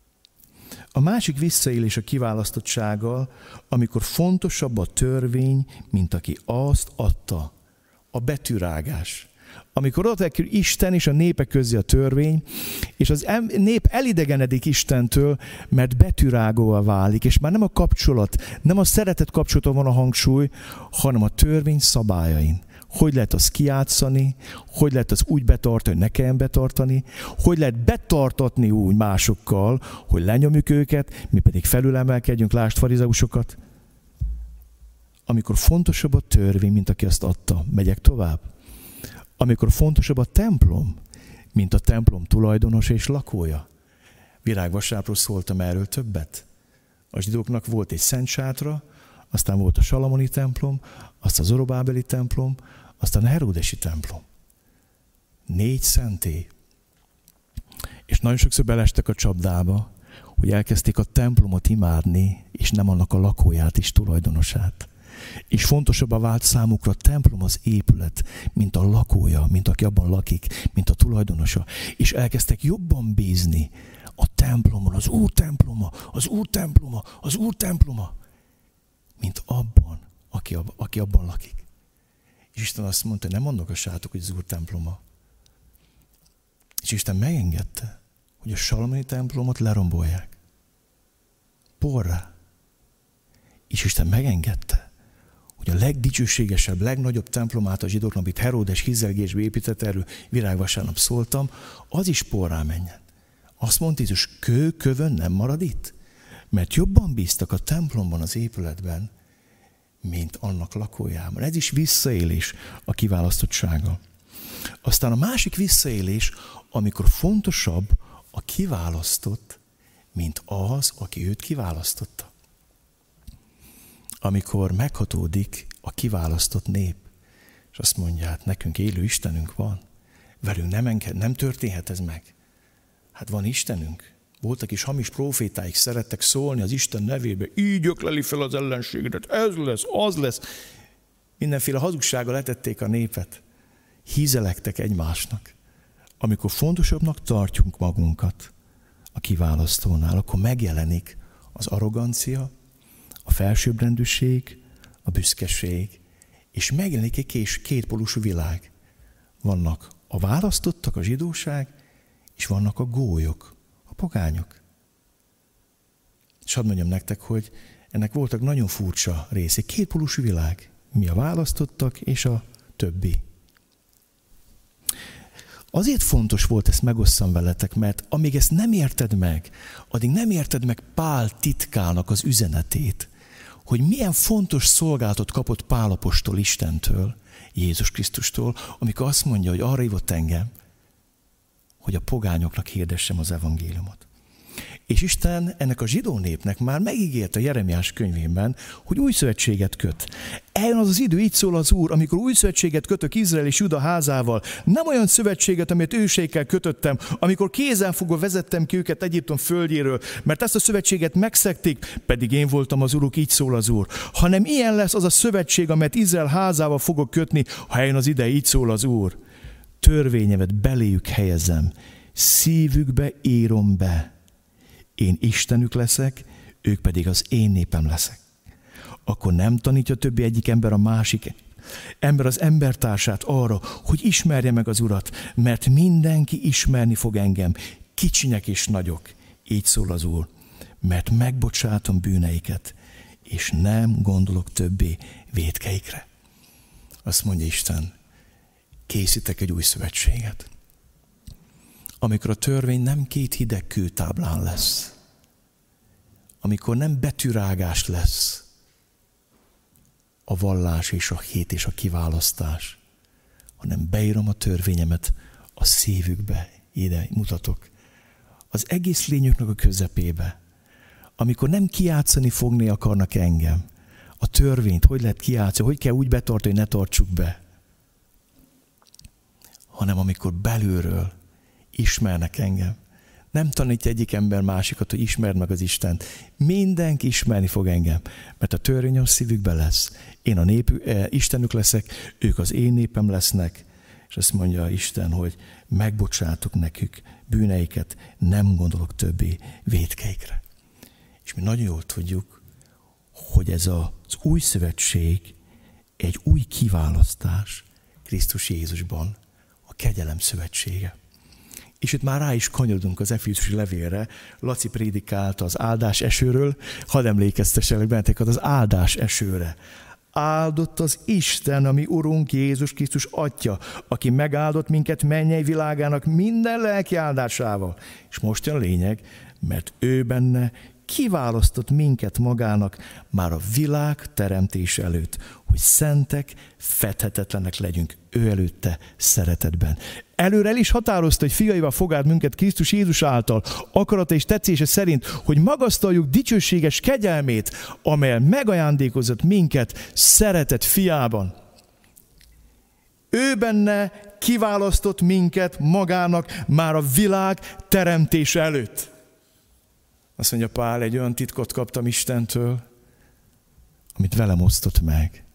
A másik visszaélés a kiválasztottsággal, amikor fontosabb a törvény, mint aki azt adta. A betűrágás. Amikor oda kerül Isten és a népek közé a törvény, és az nép elidegenedik Istentől, mert betűrágóvá válik, és már nem a kapcsolat, nem a szeretet kapcsolaton van a hangsúly, hanem a törvény szabályain. Hogy lehet azt kijátszani, hogy lehet azt úgy betartani, hogy ne kelljen betartani, hogy lehet betartatni úgy másokkal, hogy lenyomjuk őket, mi pedig felülemelkedjünk, lásd farizeusokat. Amikor fontosabb a törvény, mint aki azt adta. Megyek tovább. Amikor fontosabb a templom, mint a templom tulajdonos és lakója. Virágvasárnapról szóltam erről többet. A zsidóknak volt egy szent sátra, aztán volt a salamoni templom, aztán a zorobábeli templom, aztán a heródesi templom. 4 szentély. És nagyon sokszor belestek a csapdába, hogy elkezdték a templomot imádni, és nem annak a lakóját és tulajdonosát. És fontosabbá vált számukra a templom, az épület, mint a lakója, mint aki abban lakik, mint a tulajdonosa. És elkezdtek jobban bízni a templomon, az Úr temploma, az Úr temploma, az Úr temploma, mint abban, aki abban lakik. És Isten azt mondta, nem mondogassátok, hogy az Úr temploma. És Isten megengedte, hogy a salamoni templomot lerombolják. Porrá. És Isten megengedte, hogy a legdicsőségesebb, legnagyobb templomát a zsidóknak, amit Heródes hizzelgésbe épített, erről virágvasárnap szóltam, az is porrá menjen. Azt mondta Jézus, kövön nem marad itt. Mert jobban bíztak a templomban, az épületben, mint annak lakójában. Ez is visszaélés a kiválasztottsága. Aztán a másik visszaélés, amikor fontosabb a kiválasztott, mint az, aki őt kiválasztotta. Amikor meghatódik a kiválasztott nép, és azt mondja, hát nekünk élő Istenünk van, velünk nem történhet ez meg. Hát van Istenünk. Voltak is hamis prófétáik, szerettek szólni az Isten nevébe, így ökleli fel az ellenségedet, ez lesz, az lesz. Mindenféle hazugsággal letették a népet. Hízelektek egymásnak. Amikor fontosabbnak tartjuk magunkat a kiválasztónál, akkor megjelenik az arrogancia, a felsőbbrendűség, a büszkeség, és megjelenik egy kétpólusú világ. Vannak a választottak, a zsidóság, és vannak a gólyok, a pogányok. És hadd mondjam nektek, hogy ennek voltak nagyon furcsa része. Kétpólusú világ. Mi a választottak, és a többi. Azért fontos volt ezt megosszam veletek, mert amíg ezt nem érted meg, addig nem érted meg Pál titkának az üzenetét, hogy milyen fontos szolgálatot kapott Pál apostol Istentől, Jézus Krisztustól, amikor azt mondja, hogy arra hívott engem, hogy a pogányoknak hirdessem az evangéliumot. És Isten ennek a zsidó népnek már megígérte a Jeremiás könyvében, hogy új szövetséget köt. Eljön az az idő, így szól az Úr, amikor új szövetséget kötök Izrael és Juda házával. Nem olyan szövetséget, amit őseikkel kötöttem, amikor kézenfogva vezettem ki őket Egyiptom földjéről, mert ezt a szövetséget megszegték, pedig én voltam az Uruk, így szól az Úr. Hanem ilyen lesz az a szövetség, amelyet Izrael házával fogok kötni, ha eljön az ide, így szól az Úr. Törvényemet beléjük helyezem, szívükbe írom be. Én Istenük leszek, ők pedig az én népem leszek. Akkor nem tanítja többi egyik ember a másik ember az embertársát arra, hogy ismerje meg az Urat, mert mindenki ismerni fog engem, kicsinyek és nagyok. Így szól az Úr, mert megbocsátom bűneiket, és nem gondolok többé vétkeikre. Azt mondja Isten, készítek egy új szövetséget. Amikor a törvény nem két hideg kőtáblán lesz, amikor nem betűrágás lesz a vallás és a hét és a kiválasztás, hanem beírom a törvényemet a szívükbe, ide mutatok, az egész lényüknek a közepébe, amikor nem kijátszani fogni akarnak engem, a törvényt, hogy lehet kijátszani, hogy kell úgy betartani, hogy ne tartsuk be, hanem amikor belülről ismernek engem. Nem tanítja egyik ember másikat, hogy ismerd meg az Istent. Mindenki ismerni fog engem, mert a törvény a szívükben lesz. Én a Istenük leszek, ők az én népem lesznek, és azt mondja Isten, hogy megbocsátok nekük bűneiket, nem gondolok többé vétkeikre. És mi nagyon jól tudjuk, hogy ez az új szövetség egy új kiválasztás Krisztus Jézusban, a kegyelem szövetsége. És itt már rá is kanyarodunk az Efézusi levélre. Laci prédikálta az áldás esőről, hadd emlékeztesselek benneteket az áldás esőre. Áldott az Isten, ami Urunk Jézus Krisztus Atya, aki megáldott minket mennyei világának minden lelki áldásával. És most jön a lényeg, mert ő benne kiválasztott minket magának már a világ teremtése előtt, hogy szentek, fedhetetlenek legyünk ő előtte szeretetben. Előre el is határozta, hogy fiaival fogád minket Krisztus Jézus által, akarata és tetszése szerint, hogy magasztaljuk dicsőséges kegyelmét, amely megajándékozott minket szeretett fiában. Ő benne kiválasztott minket magának már a világ teremtése előtt. Azt mondja Pál, egy olyan titkot kaptam Istentől, amit velem osztott meg.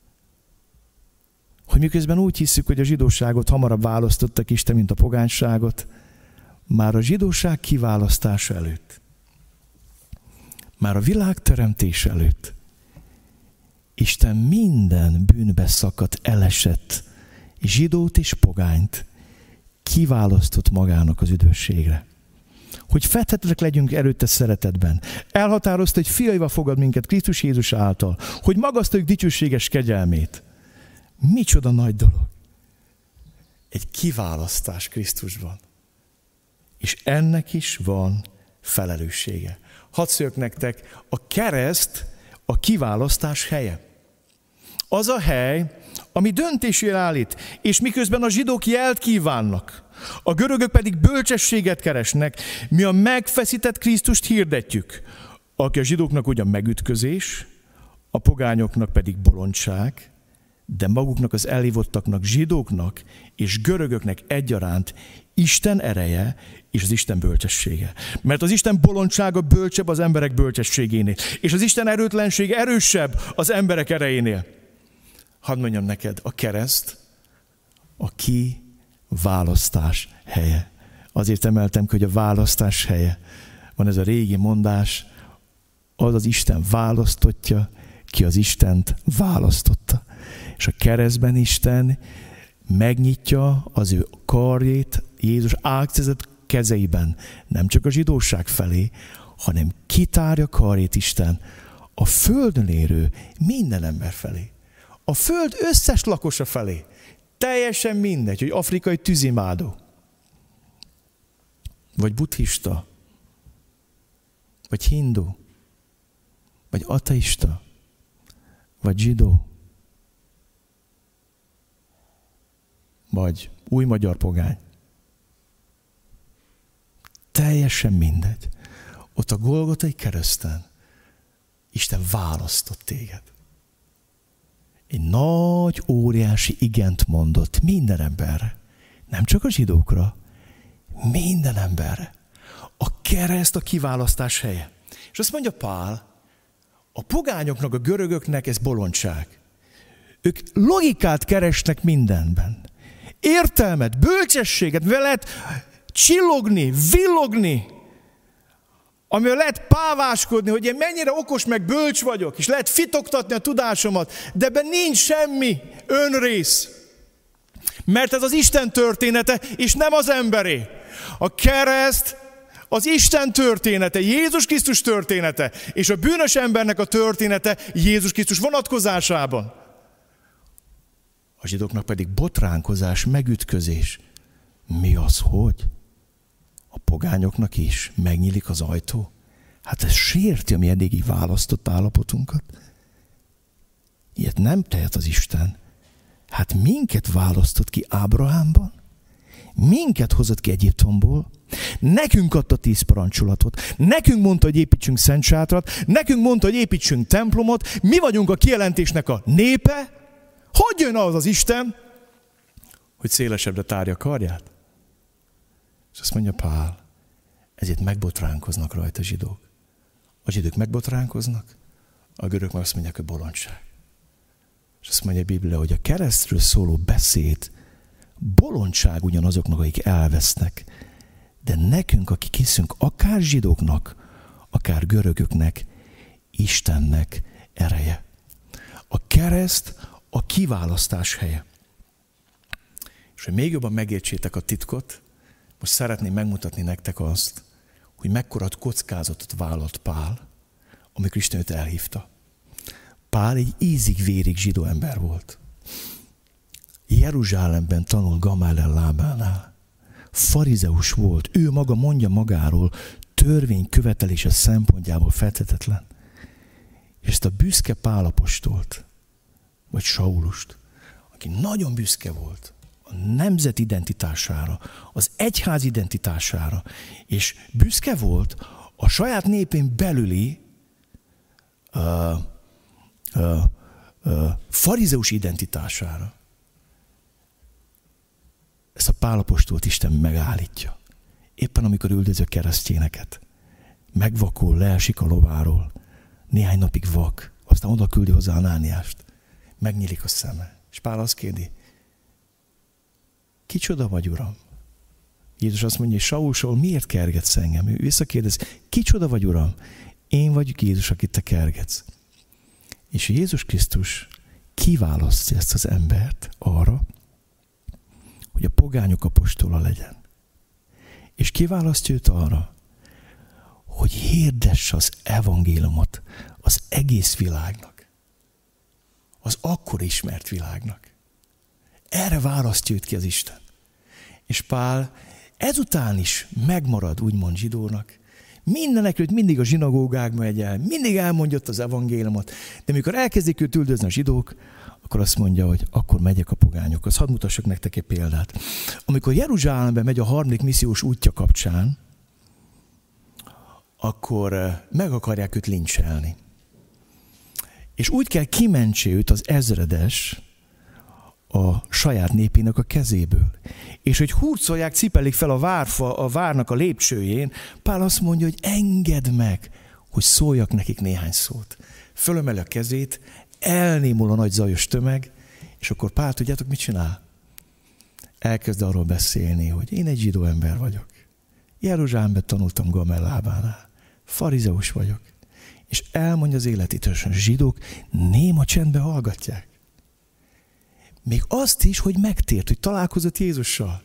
Hogy miközben úgy hiszük, hogy a zsidóságot hamarabb választottak Isten, mint a pogányságot, már a zsidóság kiválasztása előtt, már a világ teremtése előtt, Isten minden bűnbe szakadt, elesett zsidót és pogányt kiválasztott magának az üdvösségre. Hogy fedhetetlenek legyünk előtte szeretetben. Elhatározta, hogy fiaival fogad minket Krisztus Jézus által, hogy magasztaljuk dicsőséges kegyelmét. Micsoda nagy dolog. Egy kiválasztás Krisztusban. És ennek is van felelőssége. Hadd szóljak nektek, a kereszt a kiválasztás helye. Az a hely, ami döntésére állít, és miközben a zsidók jelt kívánnak, a görögök pedig bölcsességet keresnek, mi a megfeszített Krisztust hirdetjük, aki a zsidóknak ugyan megütközés, a pogányoknak pedig bolondság, de maguknak az elhívottaknak, zsidóknak és görögöknek egyaránt Isten ereje és az Isten bölcsessége. Mert az Isten bolondsága bölcsebb az emberek bölcsességénél, és az Isten erőtlensége erősebb az emberek erejénél. Hadd mondjam neked, a kereszt a kiválasztás helye. Azért emeltem ki, hogy a választás helye. Van ez a régi mondás, az az Isten választottja, ki az Istent választotta. És a keresztben Isten megnyitja az ő karját Jézus átkezett kezeiben, nem csak a zsidóság felé, hanem kitárja karját Isten a földön élő minden ember felé. A föld összes lakosa felé. Teljesen mindegy, hogy afrikai tűzimádó, vagy buddhista, vagy hindu, vagy ateista, vagy zsidó, vagy új magyar pogány. Teljesen mindegy. Ott a Golgotai kereszten Isten választott téged. Egy nagy, óriási igent mondott minden emberre. Nem csak a zsidókra, minden emberre. A kereszt a kiválasztás helye. És azt mondja Pál, a pogányoknak, a görögöknek ez bolondság. Ők logikát keresnek mindenben. Értelmet, bölcsességet, vele lehet csillogni, villogni, amivel lehet páváskodni, hogy én mennyire okos meg bölcs vagyok, és lehet fitoktatni a tudásomat, de ebben nincs semmi önrész. Mert ez az Isten története, és nem az emberé. A kereszt az Isten története, Jézus Krisztus története, és a bűnös embernek a története Jézus Krisztus vonatkozásában. A zsidóknak pedig botránkozás, megütközés. Mi az, hogy? A pogányoknak is megnyílik az ajtó? Hát ez sérti a mi eddigi választott állapotunkat. Ilyet nem tehet az Isten. Hát minket választott ki Ábrahámban? Minket hozott ki Egyiptomból? Nekünk adta 10 parancsolatot. Nekünk mondta, hogy építsünk szent sátrat. Nekünk mondta, hogy építsünk templomot. Mi vagyunk a kijelentésnek a népe. Hogy jön az az Isten, hogy szélesebbre tárja karját? És azt mondja Pál, ezért megbotránkoznak rajta a zsidók. A zsidók megbotránkoznak, a görögök meg azt mondják, hogy bolondság. És azt mondja a Biblia, hogy a keresztről szóló beszéd bolondság ugyanazoknak, akik elvesznek. De nekünk, akik hiszünk, akár zsidóknak, akár görögöknek, Istennek ereje. A kereszt a kiválasztás helye. És hogy még jobban megértsétek a titkot, most szeretném megmutatni nektek azt, hogy mekkora kockázatot vállalt Pál, amikor Isten őt elhívta. Pál egy ízig-vérig zsidó ember volt. Jeruzsálemben tanult Gamaliel lábánál. Farizeus volt. Ő maga mondja magáról, törvény követelése szempontjából feltetetlen. És ezt a büszke Pál apostolt, vagy Saulust, aki nagyon büszke volt a nemzet identitására, az egyház identitására, és büszke volt a saját népén belüli farizeus identitására. Ezt a Pál apostolt Isten megállítja. Éppen amikor üldözi a keresztényeket. Megvakul, leesik a lováról. Néhány napig vak. Aztán oda küldi hozzá Anániást. Megnyílik a szeme. És Pál azt kérdi, kicsoda vagy, Uram? Jézus azt mondja, Saul, miért kergetsz engem? Ő visszakérdez, kicsoda vagy, Uram? Én vagyok Jézus, akit te kergetsz. És Jézus Krisztus kiválasztja ezt az embert arra, hogy a pogányok apostola legyen. És kiválasztja őt arra, hogy hirdesse az evangéliumot az egész világnak. Az akkor ismert világnak. Erre választja őt ki az Isten. És Pál ezután is megmarad, úgymond zsidónak. Mindenekelőtt mindig a zsinagógákba megy el, mindig elmondja az evangéliumot, de mikor elkezdik őt üldözni a zsidók, akkor azt mondja, hogy akkor megyek a pogányokhoz. Hadd mutassak nektek egy példát. Amikor Jeruzsálembe megy a 3. missziós útja kapcsán, akkor meg akarják őt lincselni. És úgy kell kimentse őt az ezredes a saját népének a kezéből. És hogy hurcolják, cipelik fel a várnak a lépcsőjén, Pál azt mondja, hogy engedd meg, hogy szóljak nekik néhány szót. Fölemeli a kezét, elnémul a nagy zajos tömeg, és akkor Pál, tudjátok, mit csinál? Elkezd arról beszélni, hogy én egy zsidó ember vagyok. Jeruzsálemben tanultam Gamellabánál. Farizeus vagyok. És elmondja az életítősen, zsidók néma csendben hallgatják. Még azt is, hogy megtért, hogy találkozott Jézussal.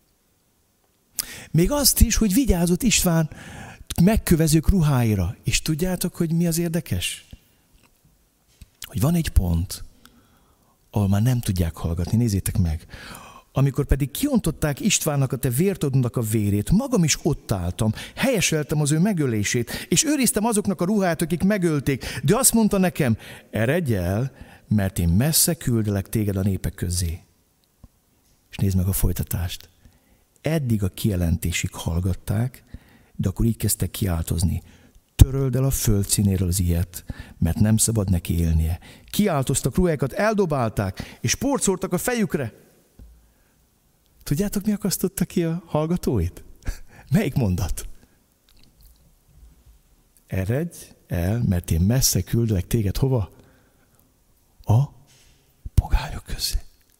Még azt is, hogy vigyázott István megkövezők ruháira. És tudjátok, hogy mi az érdekes? Hogy van egy pont, ahol már nem tudják hallgatni. Nézzétek meg. Amikor pedig kiontották Istvánnak a te vértodnak a vérét, magam is ott álltam, helyeseltem az ő megölését, és őriztem azoknak a ruhát, akik megölték, de azt mondta nekem, eredj el, mert én messze küldelek téged a népek közé. És nézd meg a folytatást. Eddig a kijelentésig hallgatták, de akkor így kezdtek kiáltozni. Töröld el a föld színéről az ilyet, mert nem szabad neki élnie. Kiáltoztak, ruhákat eldobálták, és porcoltak a fejükre. Tudjátok, mi akasztotta ki a hallgatóit? Melyik mondat? Eredj el, mert én messze küldlek téged hova? A pogányok közé.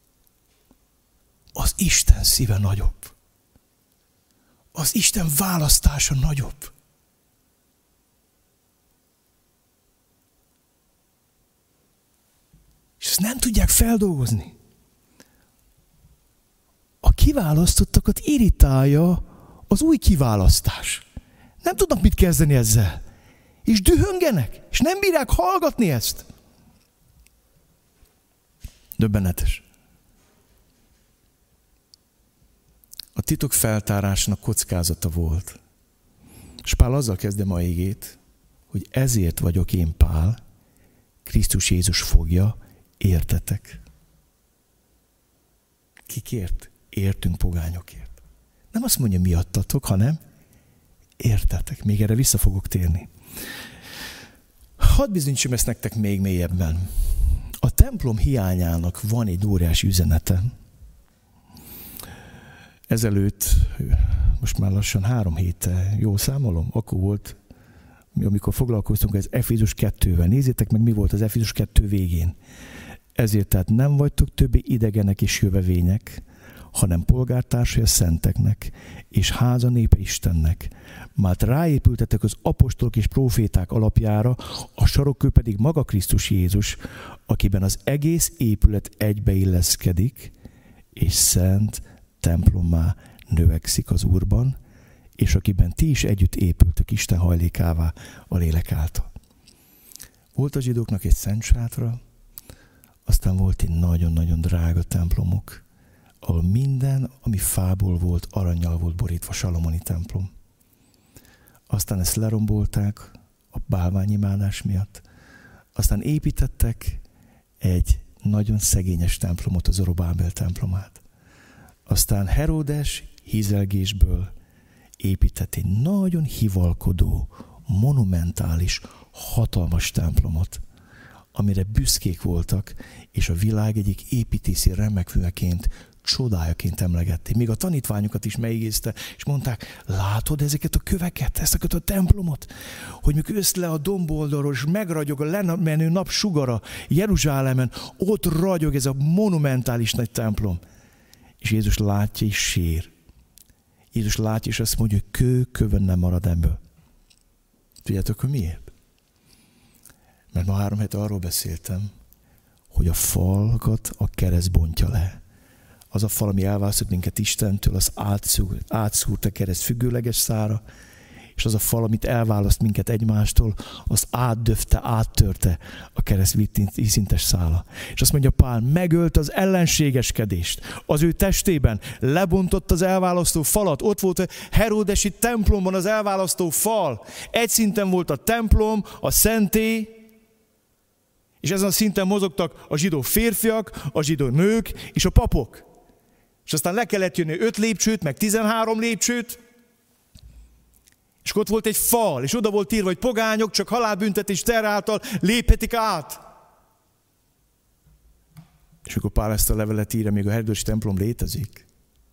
Az Isten szíve nagyobb. Az Isten választása nagyobb. És ezt nem tudják feldolgozni. A kiválasztottakat irritálja az új kiválasztás. Nem tudnak mit kezdeni ezzel. És dühöngenek, és nem bírják hallgatni ezt. Döbbenetes. A titok feltárásnak kockázata volt. És Pál azzal kezdem a igét, hogy ezért vagyok én Pál, Krisztus Jézus fogja, értetek. Kikért? Értünk pogányokért. Nem azt mondja miattatok, hanem értetek. Még erre vissza fogok térni. Hadd bizonyítsam ezt nektek még mélyebben. A templom hiányának van egy óriási üzenete. Ezelőtt, most már lassan 3 héttel, jól számolom, akkor volt, amikor foglalkoztunk az Efézus 2-vel. Nézzétek meg, mi volt az Efézus 2 végén. Ezért tehát nem vagytok többé idegenek és jövevények, hanem polgártársai a szenteknek, és háza népe Istennek. Már ráépültetek az apostolok és próféták alapjára, a sarokkő pedig maga Krisztus Jézus, akiben az egész épület egybeilleszkedik, és szent templommá növekszik az Úrban, és akiben ti is együtt épültök Isten hajlékává a lélek által. Volt a zsidóknak egy szent sátra, aztán volt egy nagyon-nagyon drága templomuk, ahol minden, ami fából volt, arannyal volt borítva, salomoni templom. Aztán ezt lerombolták a bálványimádás miatt. Aztán építettek egy nagyon szegényes templomot, az Zorobábel templomát. Aztán Heródes hízelgésből épített egy nagyon hivalkodó, monumentális, hatalmas templomot, amire büszkék voltak, és a világ egyik építészi remekműveként, csodájaként emlegették. Még a tanítványokat is megígézte, és mondták, látod ezeket a köveket, ezeket a templomot, hogy mikor jössz le a domboldalról, és megragyog a lemenő nap sugara Jeruzsálemen, ott ragyog ez a monumentális nagy templom. És Jézus látja és sír. Jézus látja, és azt mondja, hogy kő kövön nem marad ebből. Tudjátok, hogy miért? Mert ma 3 hete arról beszéltem, hogy a falakat a kereszt bontja le. Az a fal, ami elválasztott minket Istentől, az átszúrt a kereszt függőleges szára, és az a fal, amit elválaszt minket egymástól, az átdöfte, áttörte a kereszt vízszintes szála. És azt mondja Pál, megölt az ellenségeskedést. Az ő testében lebontott az elválasztó falat. Ott volt a heródesi templomban az elválasztó fal. Egy szinten volt a templom, a szentély, És ezen a szinten mozogtak a zsidó férfiak, a zsidó nők és a papok. És aztán le kellett jönni 5 lépcsőt, meg 13 lépcsőt, és ott volt egy fal, és oda volt írva, hogy pogányok csak halálbüntetés terhe által léphetik át. És akkor Pál ezt a levelet írja, még a Herodesi templom létezik.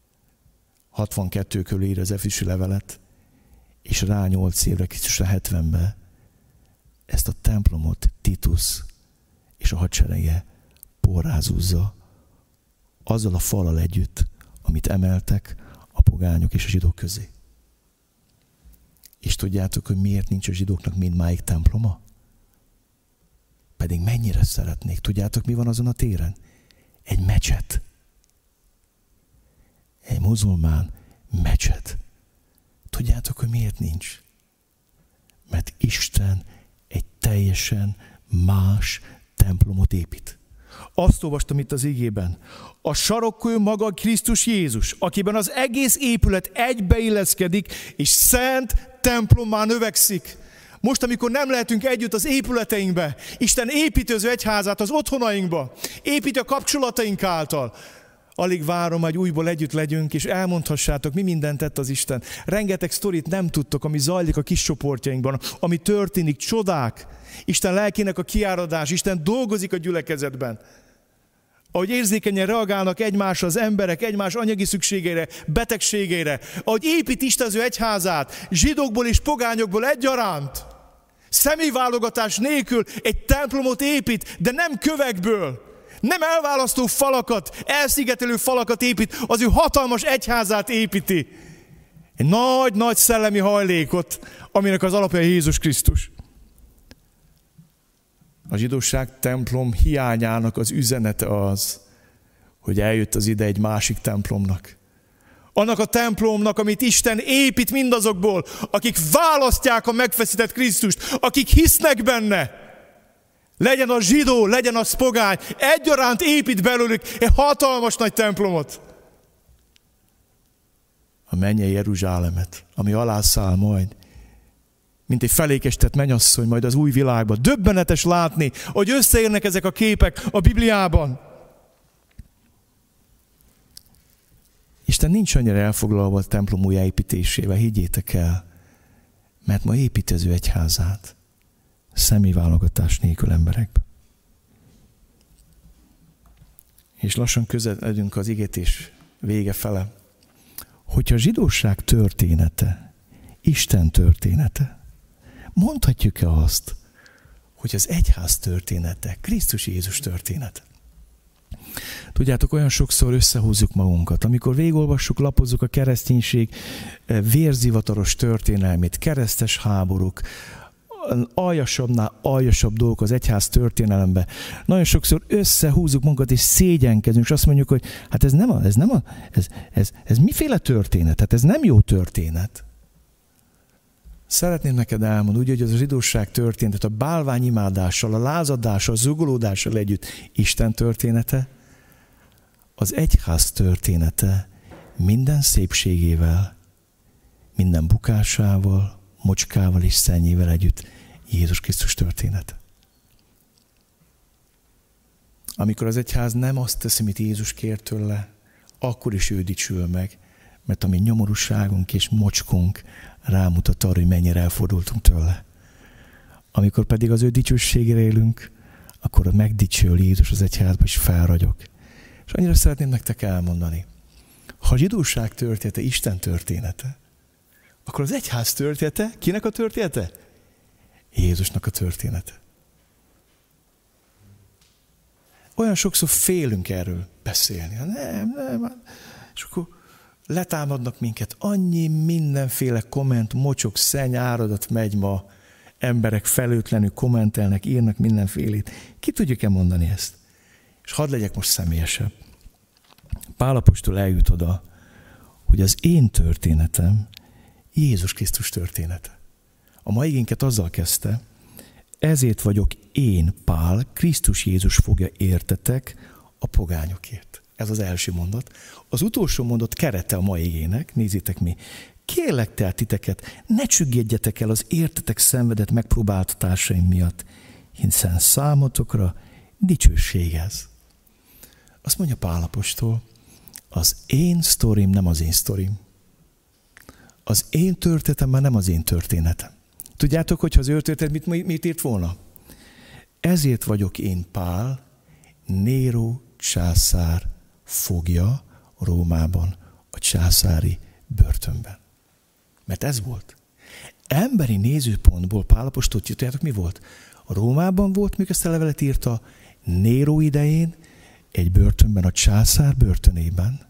62 körül ír az efésusi levelet, és rá 8 évre, Krisztusra 70-ben ezt a templomot Titus és a hadserege porrázúzza azzal a fallal együtt, amit emeltek a pogányok és a zsidók közé. És tudjátok, hogy miért nincs a zsidóknak mindmáig temploma? Pedig mennyire szeretnék. Tudjátok, mi van azon a téren? Egy mecset. Egy muzulmán mecset. Tudjátok, hogy miért nincs? Mert Isten egy teljesen más templomot épít. Azt olvastam itt az igében. A sarokkő maga Krisztus Jézus, akiben az egész épület egybeilleszkedik, és szent templommá növekszik. Most, amikor nem lehetünk együtt az épületeinkbe, Isten építi az egyházát az otthonainkba, építi a kapcsolataink által. Alig várom, hogy újból együtt legyünk, és elmondhassátok, mi mindent tett az Isten. Rengeteg sztorit nem tudtok, ami zajlik a kis csoportjainkban, ami történik, csodák. Isten lelkének a kiáradás, Isten dolgozik a gyülekezetben. Ahogy érzékenyen reagálnak egymásra az emberek, egymás anyagi szükségeire, betegségeire. Ahogy épít Isten az ő egyházát, zsidókból és pogányokból egyaránt. Személyválogatás nélkül egy templomot épít, de nem kövekből. Nem elválasztó falakat, elszigetelő falakat épít, az ő hatalmas egyházát építi. Egy nagy-nagy szellemi hajlékot, aminek az alapja Jézus Krisztus. A zsidóság templom hiányának az üzenete az, hogy eljött az ide egy másik templomnak. Annak a templomnak, amit Isten épít mindazokból, akik választják a megfeszített Krisztust, akik hisznek benne. Legyen az zsidó, legyen az pogány, egyaránt épít belőlük egy hatalmas nagy templomot. A mennyei Jeruzsálemet, ami alászáll majd, mint egy felékesített mennyasszony majd az új világban. Döbbenetes látni, hogy összeérnek ezek a képek a Bibliában. Isten nincs annyira elfoglalva a templom újjáépítésével, higgyétek el, mert ma építi az ő egyházát. Személyválogatás nélkül emberekbe. És lassan közeledünk az igétés vége fele. Hogyha a zsidóság története, Isten története, mondhatjuk-e azt, hogy az egyház története, Krisztus Jézus története? Tudjátok, olyan sokszor összehúzzuk magunkat, amikor végigolvassuk, lapozzuk a kereszténység vérzivataros történelmét, keresztes háborúk, aljasabbnál aljasabb dolgok az egyház történelemben. Nagyon sokszor összehúzzuk magunkat és szégyenkezünk, és azt mondjuk, hogy hát ez miféle történet? Hát ez nem jó történet. Szeretném neked elmondani, úgy, hogy az a zsidóság történetet a bálványimádással, a lázadással, a zugolódással együtt Isten története, az egyház története minden szépségével, minden bukásával, mocskával és szennyével együtt Jézus Krisztus története. Amikor az egyház nem azt teszi, amit Jézus kért tőle, akkor is ő dicsül meg, mert a mi nyomorúságunk és mocskunk rámutat arra, hogy mennyire elfordultunk tőle. Amikor pedig az ő dicsőségére élünk, akkor megdicsől Jézus az egyházba, és felragyog. És annyira szeretném nektek elmondani, ha a zsidóság története Isten története, akkor az egyház története, kinek a története? Jézusnak a története. Olyan sokszor félünk erről beszélni. Nem. És akkor letámadnak minket. Annyi mindenféle komment, mocsok, szenny, áradat megy ma. Emberek felőtlenül kommentelnek, írnak mindenfélét. Ki tudjuk-e mondani ezt? És hadd legyek most személyesebb. Pál apostol eljut oda, hogy az én történetem Jézus Krisztus története. A mai igénket azzal kezdte, ezért vagyok én, Pál, Krisztus Jézus fogja értetek a pogányokért. Ez az első mondat. Az utolsó mondat kerete a mai igének, nézzétek mi. Kérlek tehát titeket, ne csüggedjetek el az értetek szenvedett megpróbáltatásaim miatt. hiszen számotokra dicsőség ez. Azt mondja Pál apostol, az én sztorim nem az én sztorim. Az én történetem már nem az én történetem. Tudjátok, hogyha az ő történet mit írt volna? Ezért vagyok én Pál, Néró császár fogja Rómában, a császári börtönben. Mert ez volt. Emberi nézőpontból Pál apostol, tudjátok mi volt? A Rómában volt, mikor ezt a levelet írta, Néró idején, egy börtönben, a császár börtönében,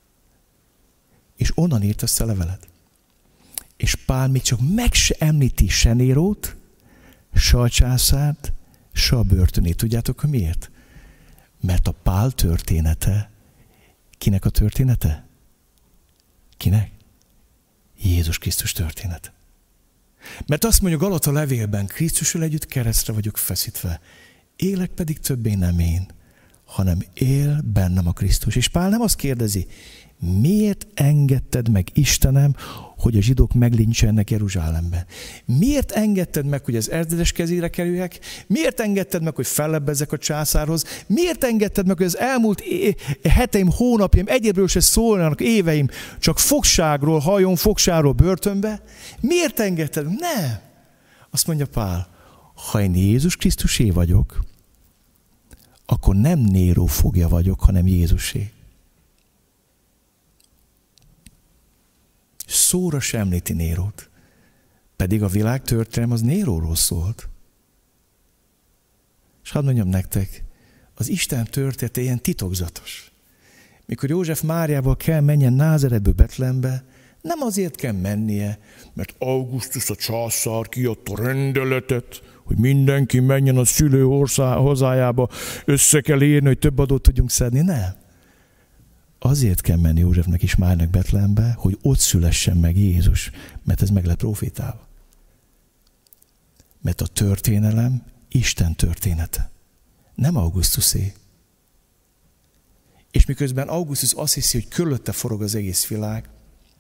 és onnan írt ezt a levelet. És Pál még csak meg se említi se Nérót, se a császárt, se a börtönét. Tudjátok, hogy miért? Mert a Pál története, kinek a története? Kinek? Jézus Krisztus története. Mert azt mondja Galata levélben, Krisztussal együtt keresztre vagyok feszítve, élek pedig többé nem én, hanem él bennem a Krisztus. És Pál nem azt kérdezi, miért engedted meg, Istenem, hogy a zsidók meglincselnek Jeruzsálemben? Miért engedted meg, hogy az erdedes kezére kerüljek? Miért engedted meg, hogy fellebbezzek a császárhoz? Miért engedted meg, hogy az elmúlt heteim, hónapjaim egyébről se szólnak, éveim, csak fogságról, hajón fogságról börtönbe? Miért engedted? Nem. Azt mondja Pál, ha én Jézus Krisztusé vagyok, akkor nem Néró fogja vagyok, hanem Jézusé. Szóra sem említi Nérót. Pedig a világ történelem az Néróról szólt. És hadd mondjam nektek, az Isten története ilyen titokzatos. Mikor József Máriával kell menjen Názáretből Betlehembe, nem azért kell mennie, mert Augustus a császár kiadta rendeletet, hogy mindenki menjen a szülő hazájába, össze kell írni, hogy több adót tudjunk szedni. Nem. Azért kell menni Józsefnek és Máriának Betlehembe, hogy ott szülessen meg Jézus, mert ez meg lett profétálva. Mert a történelem Isten története, nem Augustusé. És miközben Augustus azt hiszi, hogy körülötte forog az egész világ,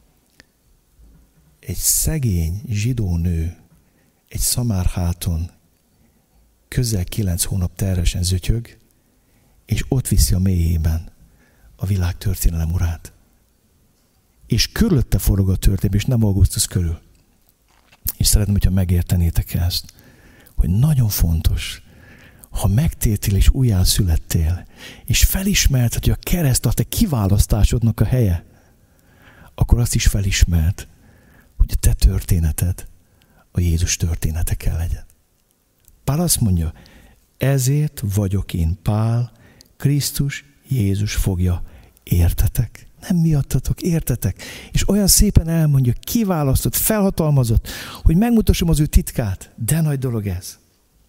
egy szegény zsidó nő, egy szamárháton közel 9 hónap terhesen zötyög, és ott viszi a mélyében a világ történelem urát. És körülötte forog a történet, és nem Augustus körül. És szeretném, hogyha megértenétek ezt, hogy nagyon fontos, ha megtértél és újjászülettél, és felismerted, hogy a kereszt a te kiválasztásodnak a helye, akkor azt is felismert, hogy a te történeted a Jézus története kell legyen. Pál azt mondja, ezért vagyok én Pál, Krisztus Jézus fogja, értetek? Nem miattatok, értetek? És olyan szépen elmondja, kiválasztott, felhatalmazott, hogy megmutassam az ő titkát. De nagy dolog ez.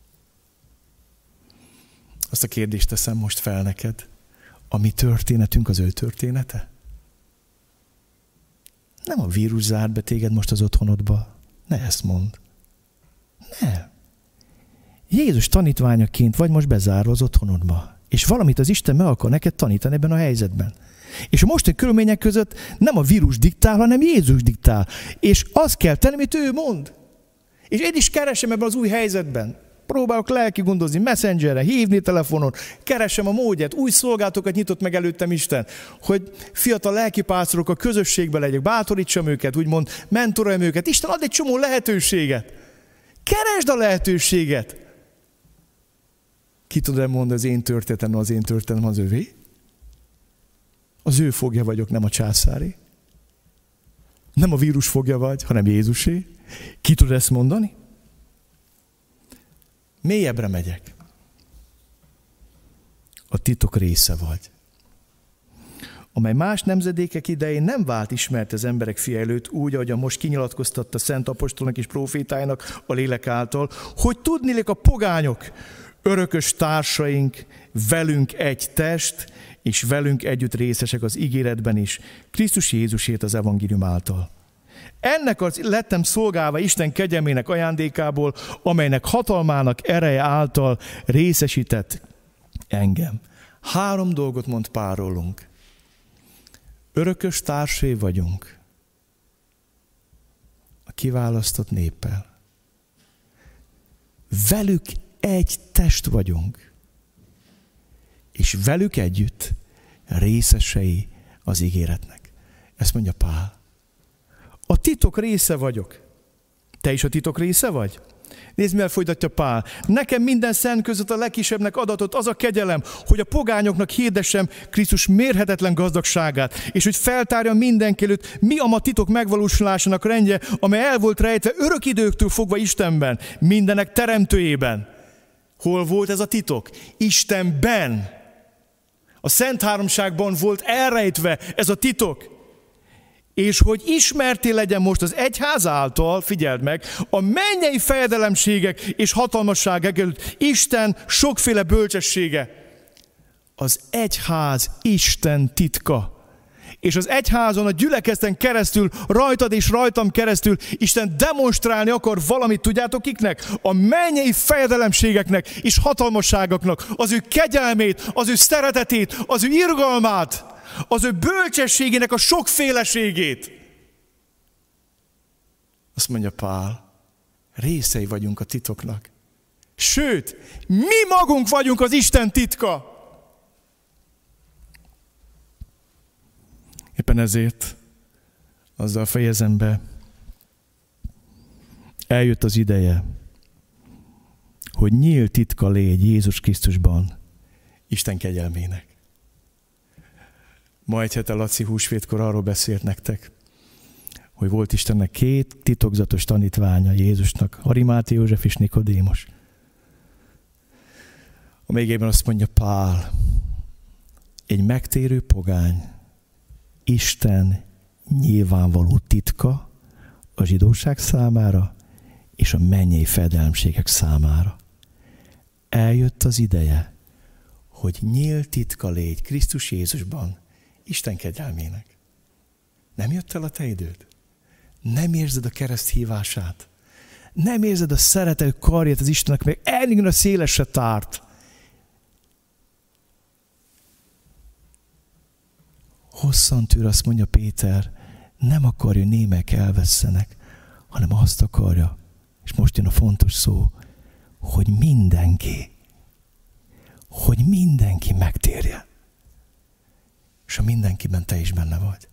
Azt a kérdést teszem most fel neked. A mi történetünk az ő története? Nem a vírus zárt be téged most az otthonodba. Ne ezt mondd. Nem. Jézus tanítványaként vagy most bezárva az otthonodba. És valamit az Isten meg akar neked tanítani ebben a helyzetben. És a mostani körülmények között nem a vírus diktál, hanem Jézus diktál. És azt kell tenni, amit ő mond. És én is keresem ebben az új helyzetben. Próbálok lelki gondozni, messengerre, hívni telefonon, keresem a módját, új szolgálatokat nyitott meg előttem Isten, hogy fiatal lelkipásztorok a közösségben legyek, bátorítsam őket, úgymond mentoráljam őket. Isten ad egy csomó lehetőséget. Keresd a lehetőséget. Ki tudod mondani, az én történetem az övé? Az ő fogja vagyok, nem a császári. Nem a vírus fogja vagy, hanem Jézusé. Ki tudod ezt mondani? Mélyebbre megyek. A titok része vagy. Amely más nemzedékek idején nem vált ismert az emberek fia előtt, úgy, ahogy most kinyilatkoztatta Szent Apostolnak és prófétáinak a lélek által, hogy tudnilik a pogányok, örökös társaink, velünk egy test, és velünk együtt részesek az ígéretben is, Krisztus Jézusért az evangélium által. Ennek az lettem szolgálva Isten kegyelmének ajándékából, amelynek hatalmának ereje által részesített engem. 3 dolgot mond Pál rólunk. Örökös társai vagyunk a kiválasztott néppel. Velük egy test vagyunk, és velük együtt részesei az ígéretnek. Ezt mondja Pál. A titok része vagyok. Te is a titok része vagy? Nézd, mivel folytatja Pál. Nekem minden szent között a legkisebbnek adatot az a kegyelem, hogy a pogányoknak hirdessem Krisztus mérhetetlen gazdagságát, és hogy feltárjam mindenki előtt, mi a ma titok megvalósulásának rendje, amely el volt rejtve örök időktől fogva Istenben, mindenek teremtőjében. Hol volt ez a titok? Istenben. A Szent Háromságban volt elrejtve ez a titok. És hogy ismerté legyen most az egyház által, figyeld meg, a mennyei fejedelemségek és hatalmasságok előtt Isten sokféle bölcsessége. Az egyház Isten titka. És az egyházon, a gyülekezeten keresztül, rajtad és rajtam keresztül Isten demonstrálni akar valamit, tudjátok kiknek? A mennyei fejedelemségeknek és hatalmasságoknak, az ő kegyelmét, az ő szeretetét, az ő irgalmát, az ő bölcsességének a sokféleségét. Azt mondja Pál, részei vagyunk a titoknak. Sőt, mi magunk vagyunk az Isten titka. Éppen ezért azzal fejezem be, eljött az ideje, hogy nyílt titka légy Jézus Krisztusban Isten kegyelmének. Ma egy hete Laci húsvétkor arról beszélt nektek, hogy volt Istennek 2 titokzatos tanítványa Jézusnak, Arimáté József és Nikodémos. A végében azt mondja Pál, egy megtérő pogány, Isten nyilvánvaló titka a zsidóság számára és a mennyei fejedelemségek számára. Eljött az ideje, hogy nyílt titka légy Krisztus Jézusban Isten kegyelmének. Nem jött el a te időd? Nem érzed a kereszt hívását? Nem érzed a szerető karját az Istennek, meg elég a szélesre tárt? Hosszan tűr, azt mondja Péter, nem akarja, hogy némek elvesszenek, hanem azt akarja, és most jön a fontos szó, hogy mindenki megtérjen. És a mindenkiben te is benne vagy.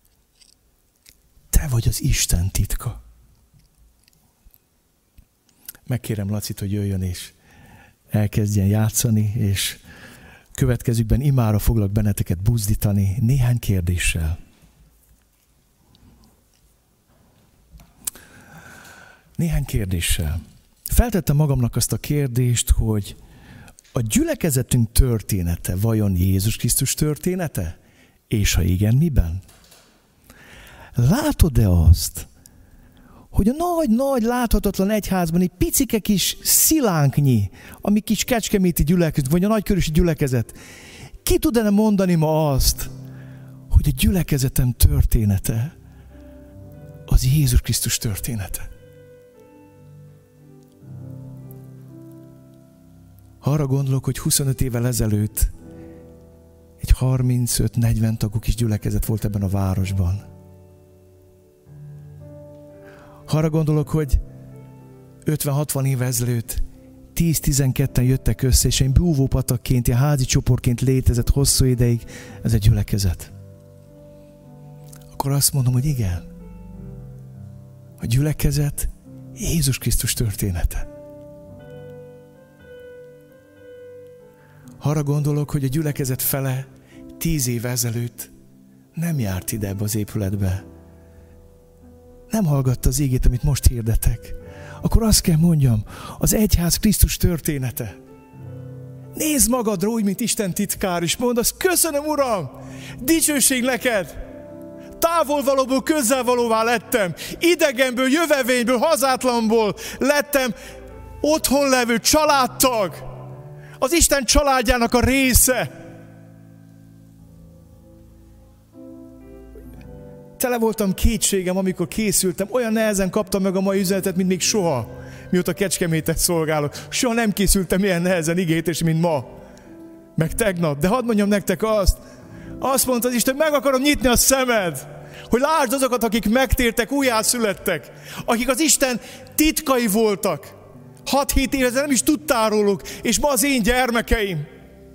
Te vagy az Isten titka. Megkérem Lacit, hogy jöjjön és elkezdjen játszani, és következőkben imára foglak benneteket buzdítani néhány kérdéssel. Feltettem magamnak azt a kérdést, hogy a gyülekezetünk története vajon Jézus Krisztus története? És ha igen, miben? Látod-e azt, hogy a nagy láthatatlan egyházban egy picike kis szilánknyi, ami kis kecskeméti gyülekezet, vagy a nagykörösi gyülekezet, ki tud-e mondani ma azt, hogy a gyülekezetem története az Jézus Krisztus története? Arra gondolok, hogy 25 évvel ezelőtt egy 35-40 tagú kis gyülekezet volt ebben a városban. Arra gondolok, hogy 50-60 évvel ezelőtt 10-12-en jöttek össze, és egy búvópatakként, egy házi csoportként létezett hosszú ideig ez egy gyülekezet. Akkor azt mondom, hogy igen, a gyülekezet Jézus Krisztus története. Arra gondolok, hogy a gyülekezet fele 10 év ezelőtt nem járt ide ebbe az épületbe. Nem hallgatta az igét, amit most hirdetek. Akkor azt kell mondjam, az egyház Krisztus története. Nézd magadra úgy, mint Isten titkár, és mondd azt, köszönöm Uram, dicsőség neked. Távolvalóból közelvalóvá lettem. Idegenből, jövevényből, hazátlanból lettem otthon levő családtag. Az Isten családjának a része. Tele voltam kétségem, amikor készültem. Olyan nehezen kaptam meg a mai üzenetet, mint még soha, mióta Kecskeméten szolgálok. Soha nem készültem ilyen nehezen igéhez, mint ma. Meg tegnap. De hadd mondjam nektek azt mondta az Isten, meg akarom nyitni a szemed, hogy lásd azokat, akik megtértek, újjászülettek, akik az Isten titkai voltak, 6-7 éve nem is tudtál róluk, és ma az én gyermekeim.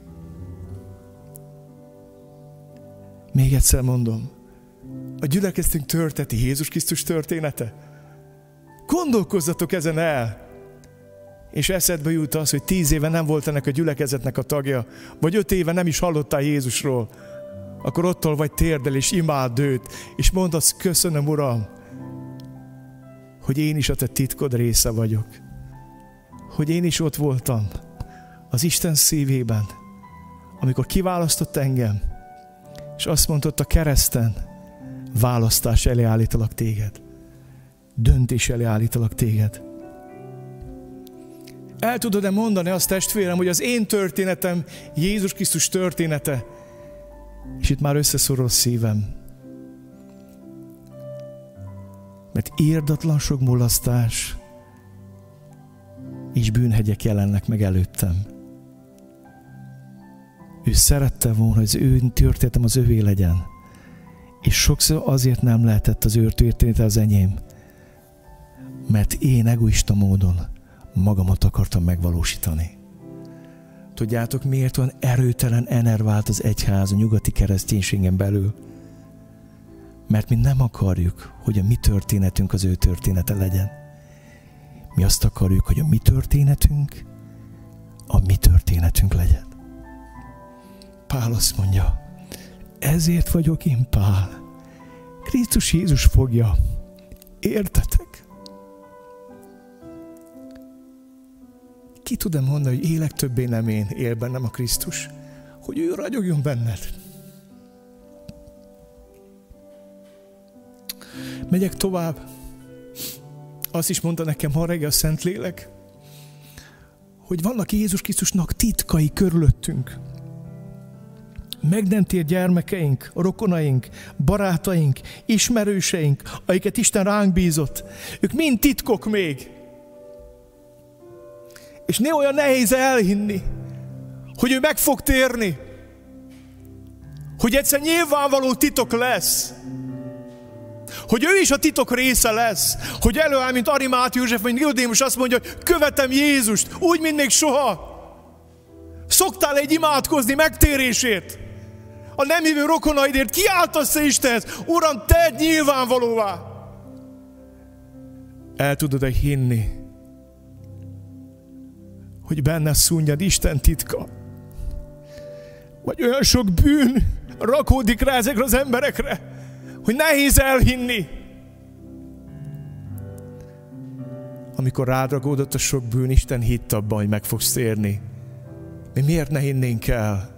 Még egyszer mondom, a gyülekezetünk története Jézus Krisztus története. Gondolkozzatok ezen el. És eszedbe jut az, hogy 10 éve nem volt ennek a gyülekezetnek a tagja, vagy 5 éve nem is hallottál Jézusról, akkor ottól vagy térdel, és imádd őt, és mondd azt, köszönöm, Uram, hogy én is a te titkod része vagyok. Hogy én is ott voltam az Isten szívében, amikor kiválasztott engem, és azt mondott a kereszten, választás elé állítalak téged. Döntés elé állítalak téged. El tudod-e mondani azt, testvérem, hogy az én történetem Jézus Krisztus története? És itt már összeszorul a szívem. Mert irdatlan sok mulasztás és bűnhegyek jelennek meg előttem. Ő szerette volna, hogy az ő történetem az övé legyen. És sokszor azért nem lehetett az ő története az enyém, mert én egoista módon magamat akartam megvalósítani. Tudjátok, miért van erőtelen, enervált az egyház a nyugati kereszténységen belül? Mert mi nem akarjuk, hogy a mi történetünk az ő története legyen. Mi azt akarjuk, hogy a mi történetünk a mi történetünk legyen. Pál azt mondja, ezért vagyok én Pál. Krisztus Jézus fogja. Értetek? Ki tudom mondani, hogy élek többé nem én, él bennem a Krisztus, hogy ő ragyogjon benned. Megyek tovább. Azt is mondta nekem ma reggel a Szentlélek, hogy vannak Jézus Krisztusnak titkai körülöttünk. Meg nem tért gyermekeink, rokonaink, barátaink, ismerőseink, akiket Isten ránk bízott. Ők mind titkok még. És néha olyan nehéz elhinni, hogy ő meg fog térni. Hogy egyszer nyilvánvaló titok lesz. Hogy ő is a titok része lesz. Hogy előáll, mint Arimáti József, vagy Nikodémus azt mondja, hogy követem Jézust, úgy, mint még soha. Szoktál egy imádkozni megtérésért? A nem hívő rokonaidért kiáltasz Istenhez, Uram, tedd nyilvánvalóvá. El tudod-e hinni, hogy benne szunnyad Isten titka? Vagy olyan sok bűn rakódik rá ezekre az emberekre, hogy nehéz elhinni. Amikor rád rakódott a sok bűn, Isten hitt abban, hogy meg fogsz térni. Mi miért ne hinnénk el?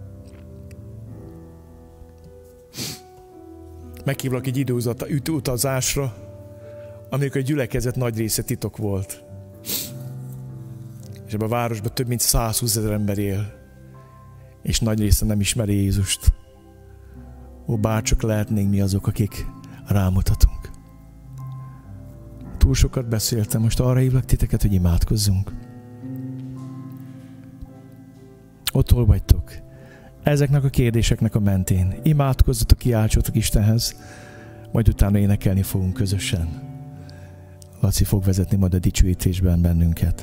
Meghívlak egy időutazásra, amikor a gyülekezet nagy része titok volt. És ebben a városban több mint 120 000 ember él. És nagy része nem ismeri Jézust. Ó, bárcsak lehetnénk mi azok, akik rámutatunk. Túl sokat beszéltem, most arra hívlak titeket, hogy imádkozzunk. Ott hol vagytok? Ezeknek a kérdéseknek a mentén. Imádkozzatok, kiáltsatok Istenhez, majd utána énekelni fogunk közösen. Laci fog vezetni majd a dicsőítésben bennünket.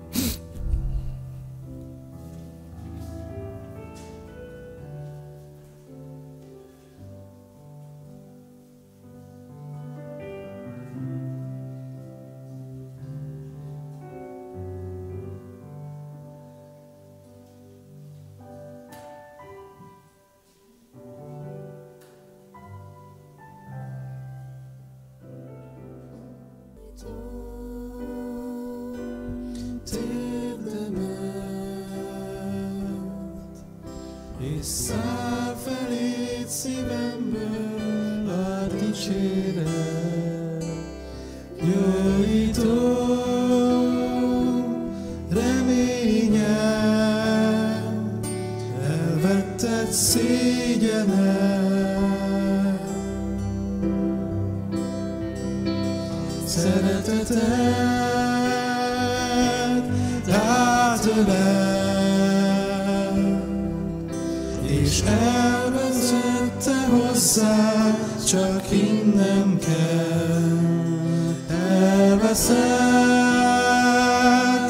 És száll feléd szívemből a dicséret. Gyógyító reményem, elvetted szégyenem. Szereteted átölel, és elvezette hozzá, csak innen kell. Elveszett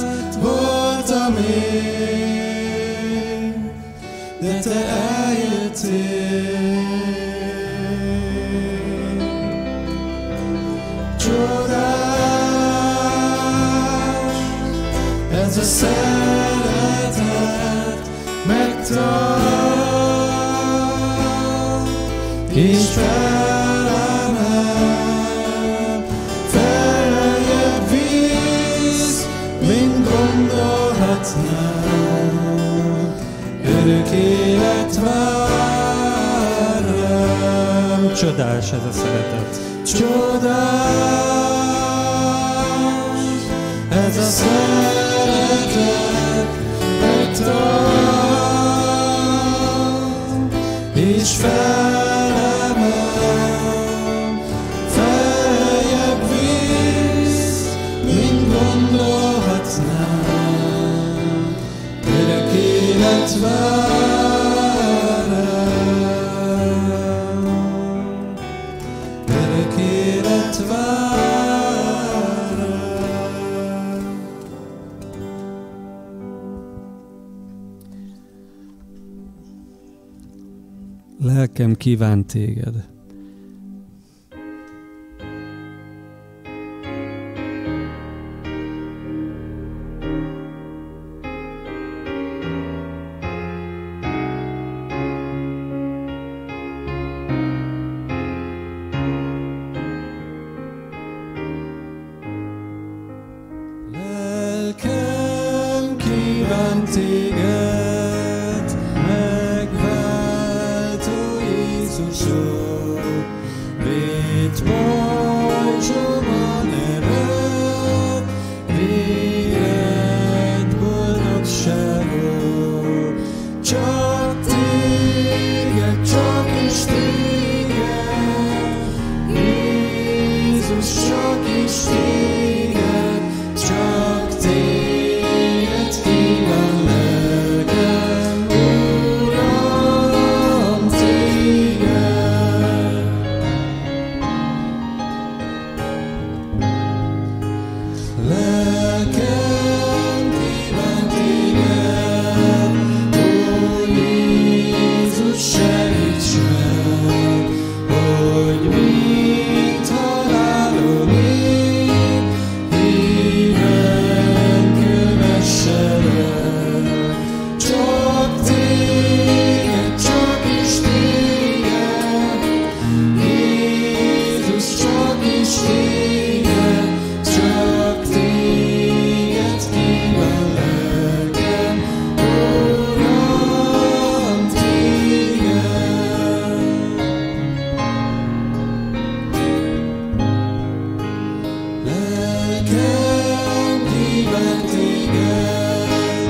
de te eljöttél. Csodás, ez a szeretet megtart, és felemel, feljebb visz, mint gondolhatnám, örök élet vár rám. Csodás ez a szeretet. Csodás, ez a szeretet megtart, és felemel, feljebb visz, mint gondolhatnám, örök élet vár rám, örök élet vár rám. Lelkem kíván téged. Lelkem kíván téged, megváltó Jézusod, védj pajzsom a neved, véred boldogságod, csak téged, csak is téged, Jézus, csak is téged, csak téged kíván lelkem, Uram, téged. Lelkem kíván téged, ó Jézus, segíts meg, hogy mit halálomig híven kövesselek. Csak téged, csak is téged, Jézus, csak is téged, csak téged kíván lelkem, Uram, téged. Lelkem kíván téged,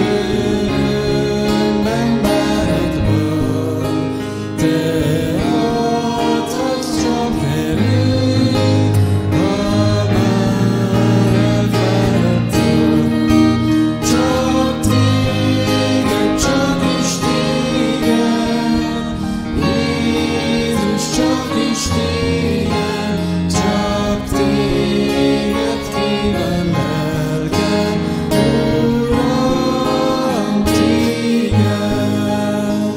örömben bánatban, te adhatsz csak erőt, ha már elfáradtam. Csak téged, csak is téged, Jézus, csak is téged, csak téged kíván lelkem, Uram, téged.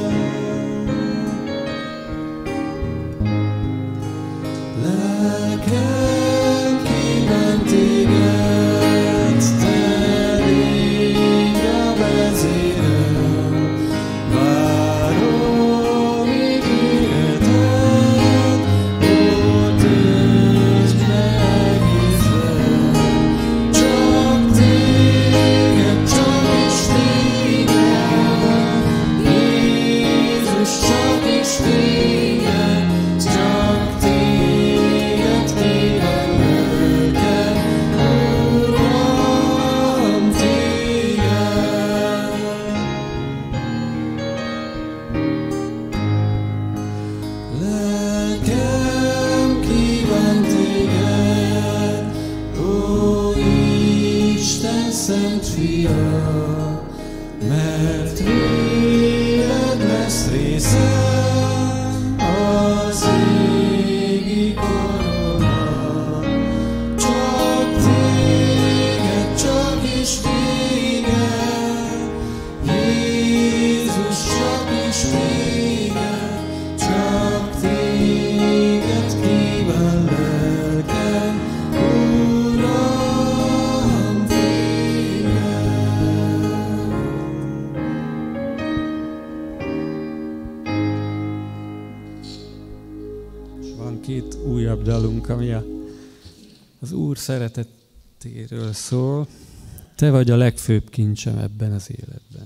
Lelkem kíván téged, te légy a vezérem, várom ígéreted, ó, töltsd meg Izrael. Csak téged, csak is téged, Jézus, csak is téged, csak téged kíván lelkem, Uram, téged. Lelkem kíván téged, ó Isten szent fia, mert téged lesz részem az égi korona. Csak téged, csak is téged, Jézus, csak is téged, csak téged kíván lelkem, Uram, téged. És van két újabb dalunk, ami az Úr szeretetéről szól. Te vagy a legfőbb kincsem ebben az életben.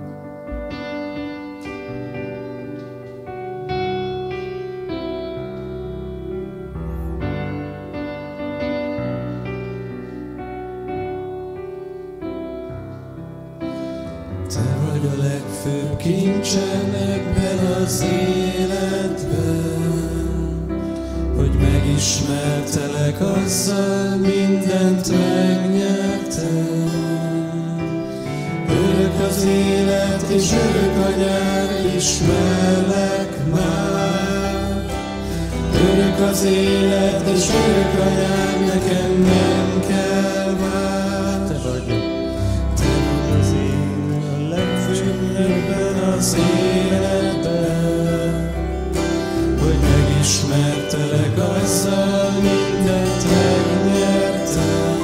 Te vagy a legfőbb kincsem ebben az életben, hogy megismertelek, azzal mindent megnyertem. Örök az élet és örök a nyár, ismerlek már. Örök az élet és örök a nyár, nekem nem kell már. Te vagy az én a legfőbb ebben az életben, hogy megismertelek, azzal mindent megnyertem.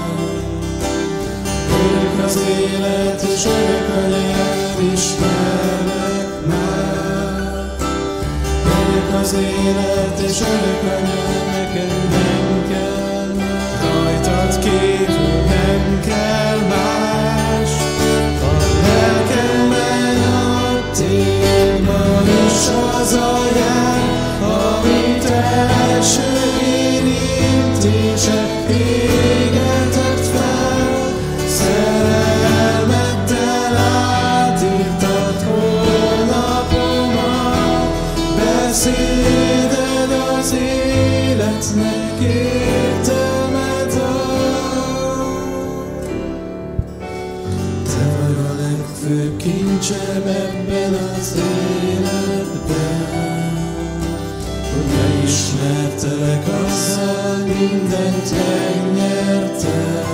Örök az élet és örök a nyár, ismerlek már. Örök az élet és örök a nyár, nekem nem kell már. Rajtad kívül nem kell más, a lelkemben a téma is az a jár, amit első érintések égetett fel. Szerelmeddel átírtad holnapomat, beszéded az életnek értelmet ad. Te vagy a legfőbb kincsem ebben az életben, hogy megismertelek, azzal mindent megnyertem.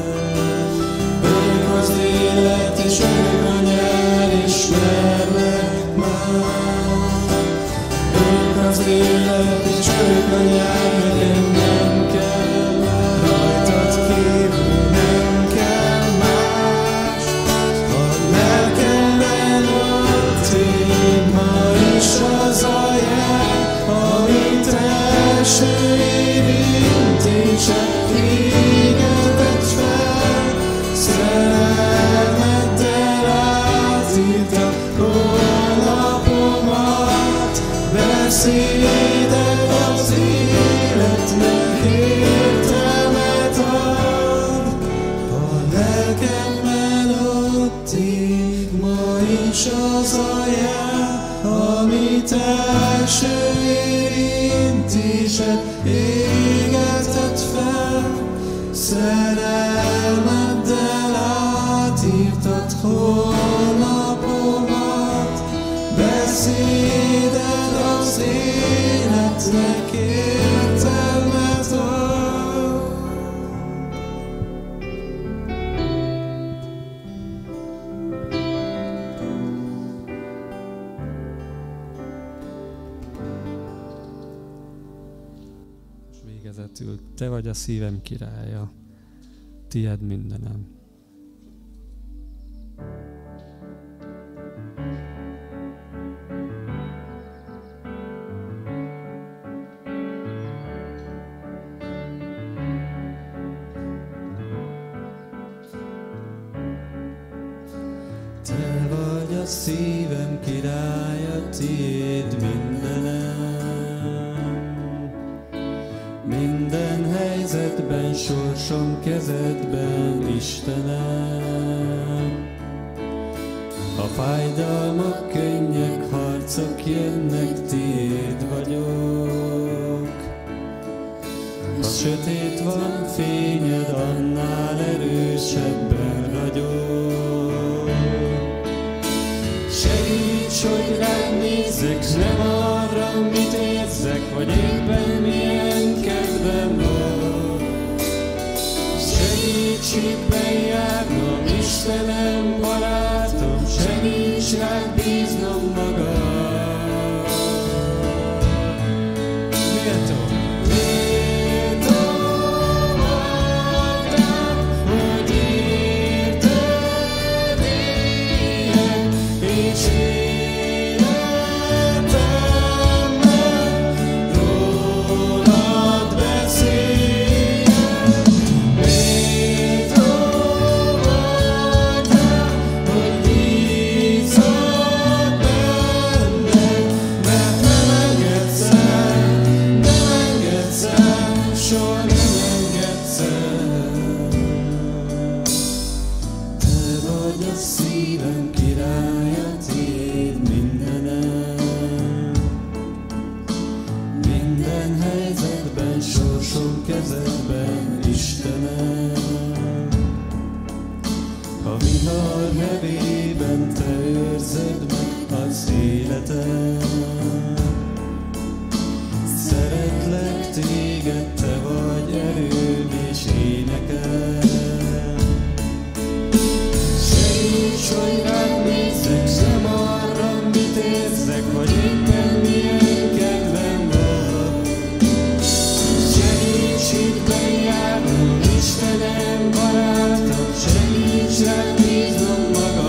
Örök az élet és örök a nyár, ismerlek már. Örök az élet és örök a nyár, nekem nem kell már. Rajtad kívül nem kell más, a lelkemben ott én ma is az a jár, amit első érintések égetett fel. Szerelmeddel átírtad holnapomat, beszéded az életnek értelmet ad. A lelkemben ott ég ma is az a jár, amit első érintésed égetett fel. Szerelmeddel átírtad holnapomat, beszéded az életnek értelmet ad. És végezetül, te vagy a szívem királya, tied mindenem. Te vagy a szívem királya, tiéd mindenem. Minden helyzetben, sorsom kezedben, Istenem. A fájdalmak, könnyek, harcok jönnek, tiéd vagyok. Ha sötét van, fényed, annál erősebben ragyog. Segíts, hogy rád nézzek, s nem arra, mit érzek, vagy éppen milyen kedvem van. Segíts hitben járnom, Istenem, barátom, segíts rád bíznom magam. életem. Szeretlek téged, te vagy erőm és énekem. Segíts, hogy rád nézzek, sem arra, mit érzek, vagy éppen milyen kedvem van. Segíts hitben járnom, Istenem, barátom, segíts, rád bízom magam.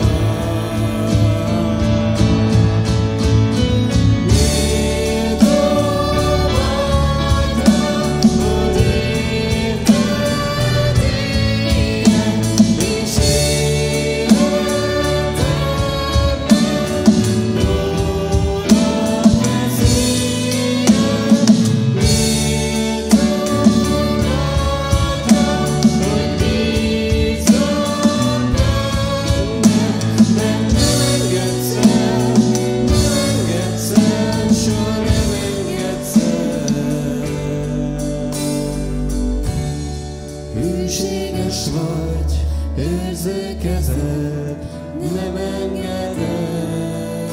Hűséges vagy, őrző kezed, nem engedem.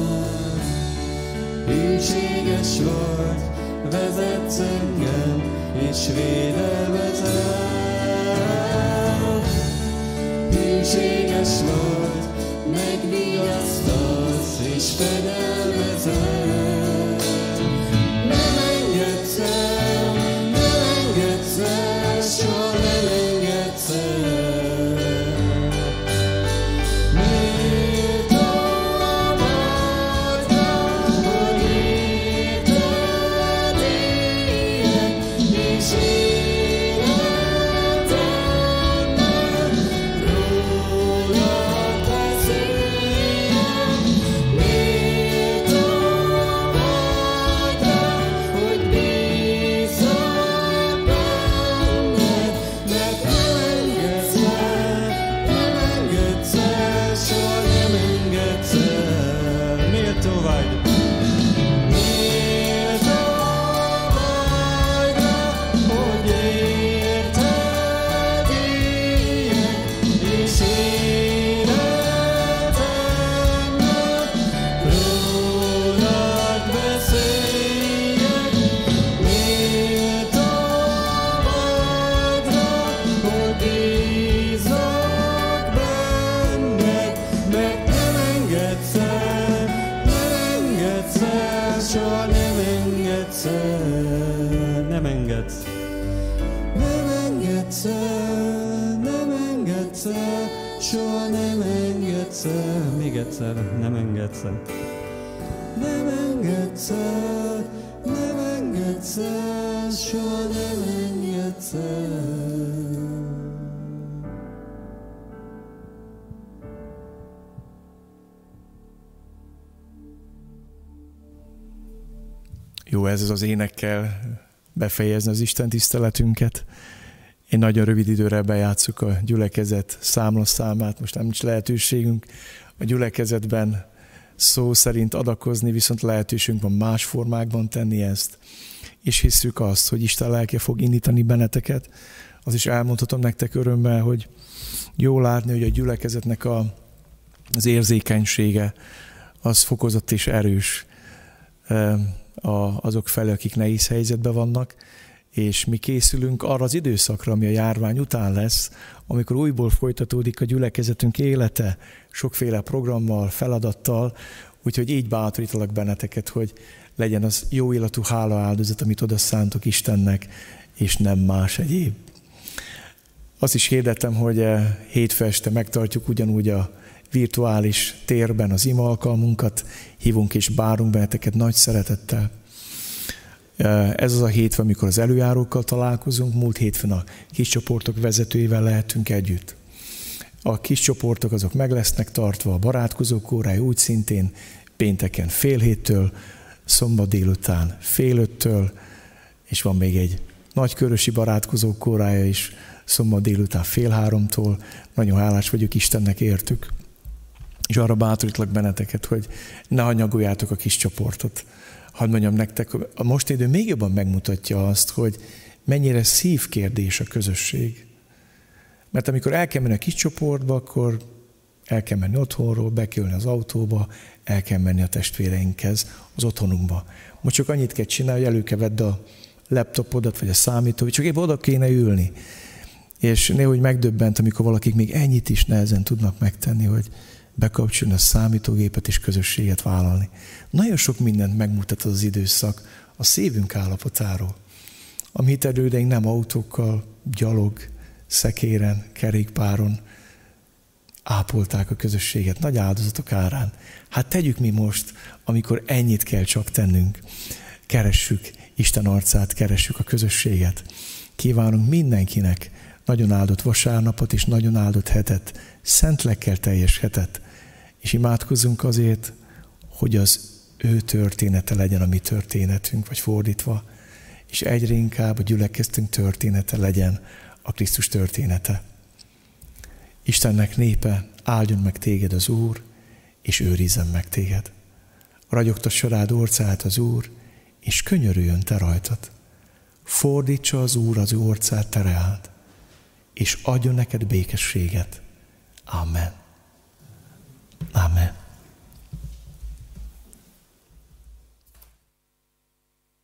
Hűséges vagy, vezetsz engem, és védelmezel. Hűséges vagy, megvigasztalsz, és fedelmezel. Nem engedsz el, nem engedsz el, soha nem engedsz el. Méltó vagy, hogy érted éljen, és életemben rólad beszéljen. Méltó vagy, hogy bízzak benned, mert nem engedsz el, soha nem engedsz el. Méltó vagy. Méltó vagy, hogy érted éljen, és életemben rólad beszéljek. Méltó vagy, hogy bízzak benned, mert nem engedsz el, soha nem engedsz el. Nem engedsz. Nem engedsz el, nem engedsz el, soha nem engedsz el. Még egyszer, nem engedsz el. Nem engedsz el, nem engedsz el, soha nem engedsz el. Jó ez az énekkel befejezni az Isten tiszteletünket. Én nagyon rövid időre bejátszuk a gyülekezet számlaszámát, most nem nincs lehetőségünk a gyülekezetben szó szerint adakozni, viszont lehetőségünk van más formákban tenni ezt. És hiszük azt, hogy Isten lelke fog indítani benneteket. Az is elmondhatom nektek örömmel, hogy jó látni, hogy a gyülekezetnek az érzékenysége az fokozott és erős azok felé, akik nehéz helyzetben vannak, és mi készülünk arra az időszakra, ami a járvány után lesz, amikor újból folytatódik a gyülekezetünk élete, sokféle programmal, feladattal, úgyhogy így bátorítalak benneteket, hogy legyen az jó illatú hálaáldozat, amit oda szántok Istennek, és nem más egyéb. Azt is hirdettem, hogy hétfő este megtartjuk ugyanúgy a virtuális térben az ima alkalmunkat, hívunk és bárunk benneteket nagy szeretettel. Ez az a hétfő, amikor az előjárókkal találkozunk, múlt hétfőn a kis csoportok vezetőivel lehetünk együtt. A kis csoportok azok meg lesznek tartva, a barátkozók órája úgy szintén pénteken 4:30-től, szombat délután 4:30-től, és van még egy nagykörösi barátkozók órája is, szombat délután 2:30-tól. Nagyon hálás vagyok Istennek értük. És arra bátorítlak benneteket, hogy ne hanyagoljátok a kis csoportot. Hadd mondjam nektek, a mostani idő még jobban megmutatja azt, hogy mennyire szívkérdés a közösség. Mert amikor el kell menni a kis csoportba, akkor El kell menni otthonról, be kell ülni az autóba, el kell menni a testvéreinkhez, az otthonunkba. Most csak annyit kell csinálni, hogy elő kell vedd a laptopodat, vagy a számítógépet, csak épp oda kéne ülni. És néhogy megdöbbent, amikor valakik még ennyit is nehezen tudnak megtenni, hogy bekapcsolni a számítógépet és közösséget vállalni. Nagyon sok mindent megmutat az időszak a szívünk állapotáról. A mi hitelődeink nem autókkal, gyalog, szekéren, kerékpáron ápolták a közösséget nagy áldozatok árán. Hát tegyük mi most, amikor ennyit kell csak tennünk. Keressük Isten arcát, keressük a közösséget. Kívánunk mindenkinek nagyon áldott vasárnapot és nagyon áldott hetet, szent lélekkel teljes hetet, és imádkozzunk azért, hogy az ő története legyen a mi történetünk, vagy fordítva, és egyre inkább a gyülekeztünk története legyen a Krisztus története. Istennek népe, áldjon meg téged az Úr, és őrizzen meg téged. Ragyogtassa rád orcát az Úr, és könyörüljön te rajtad. Fordítsa az Úr az ő orcát te reád, és adjon neked békességet. Amen. Amen.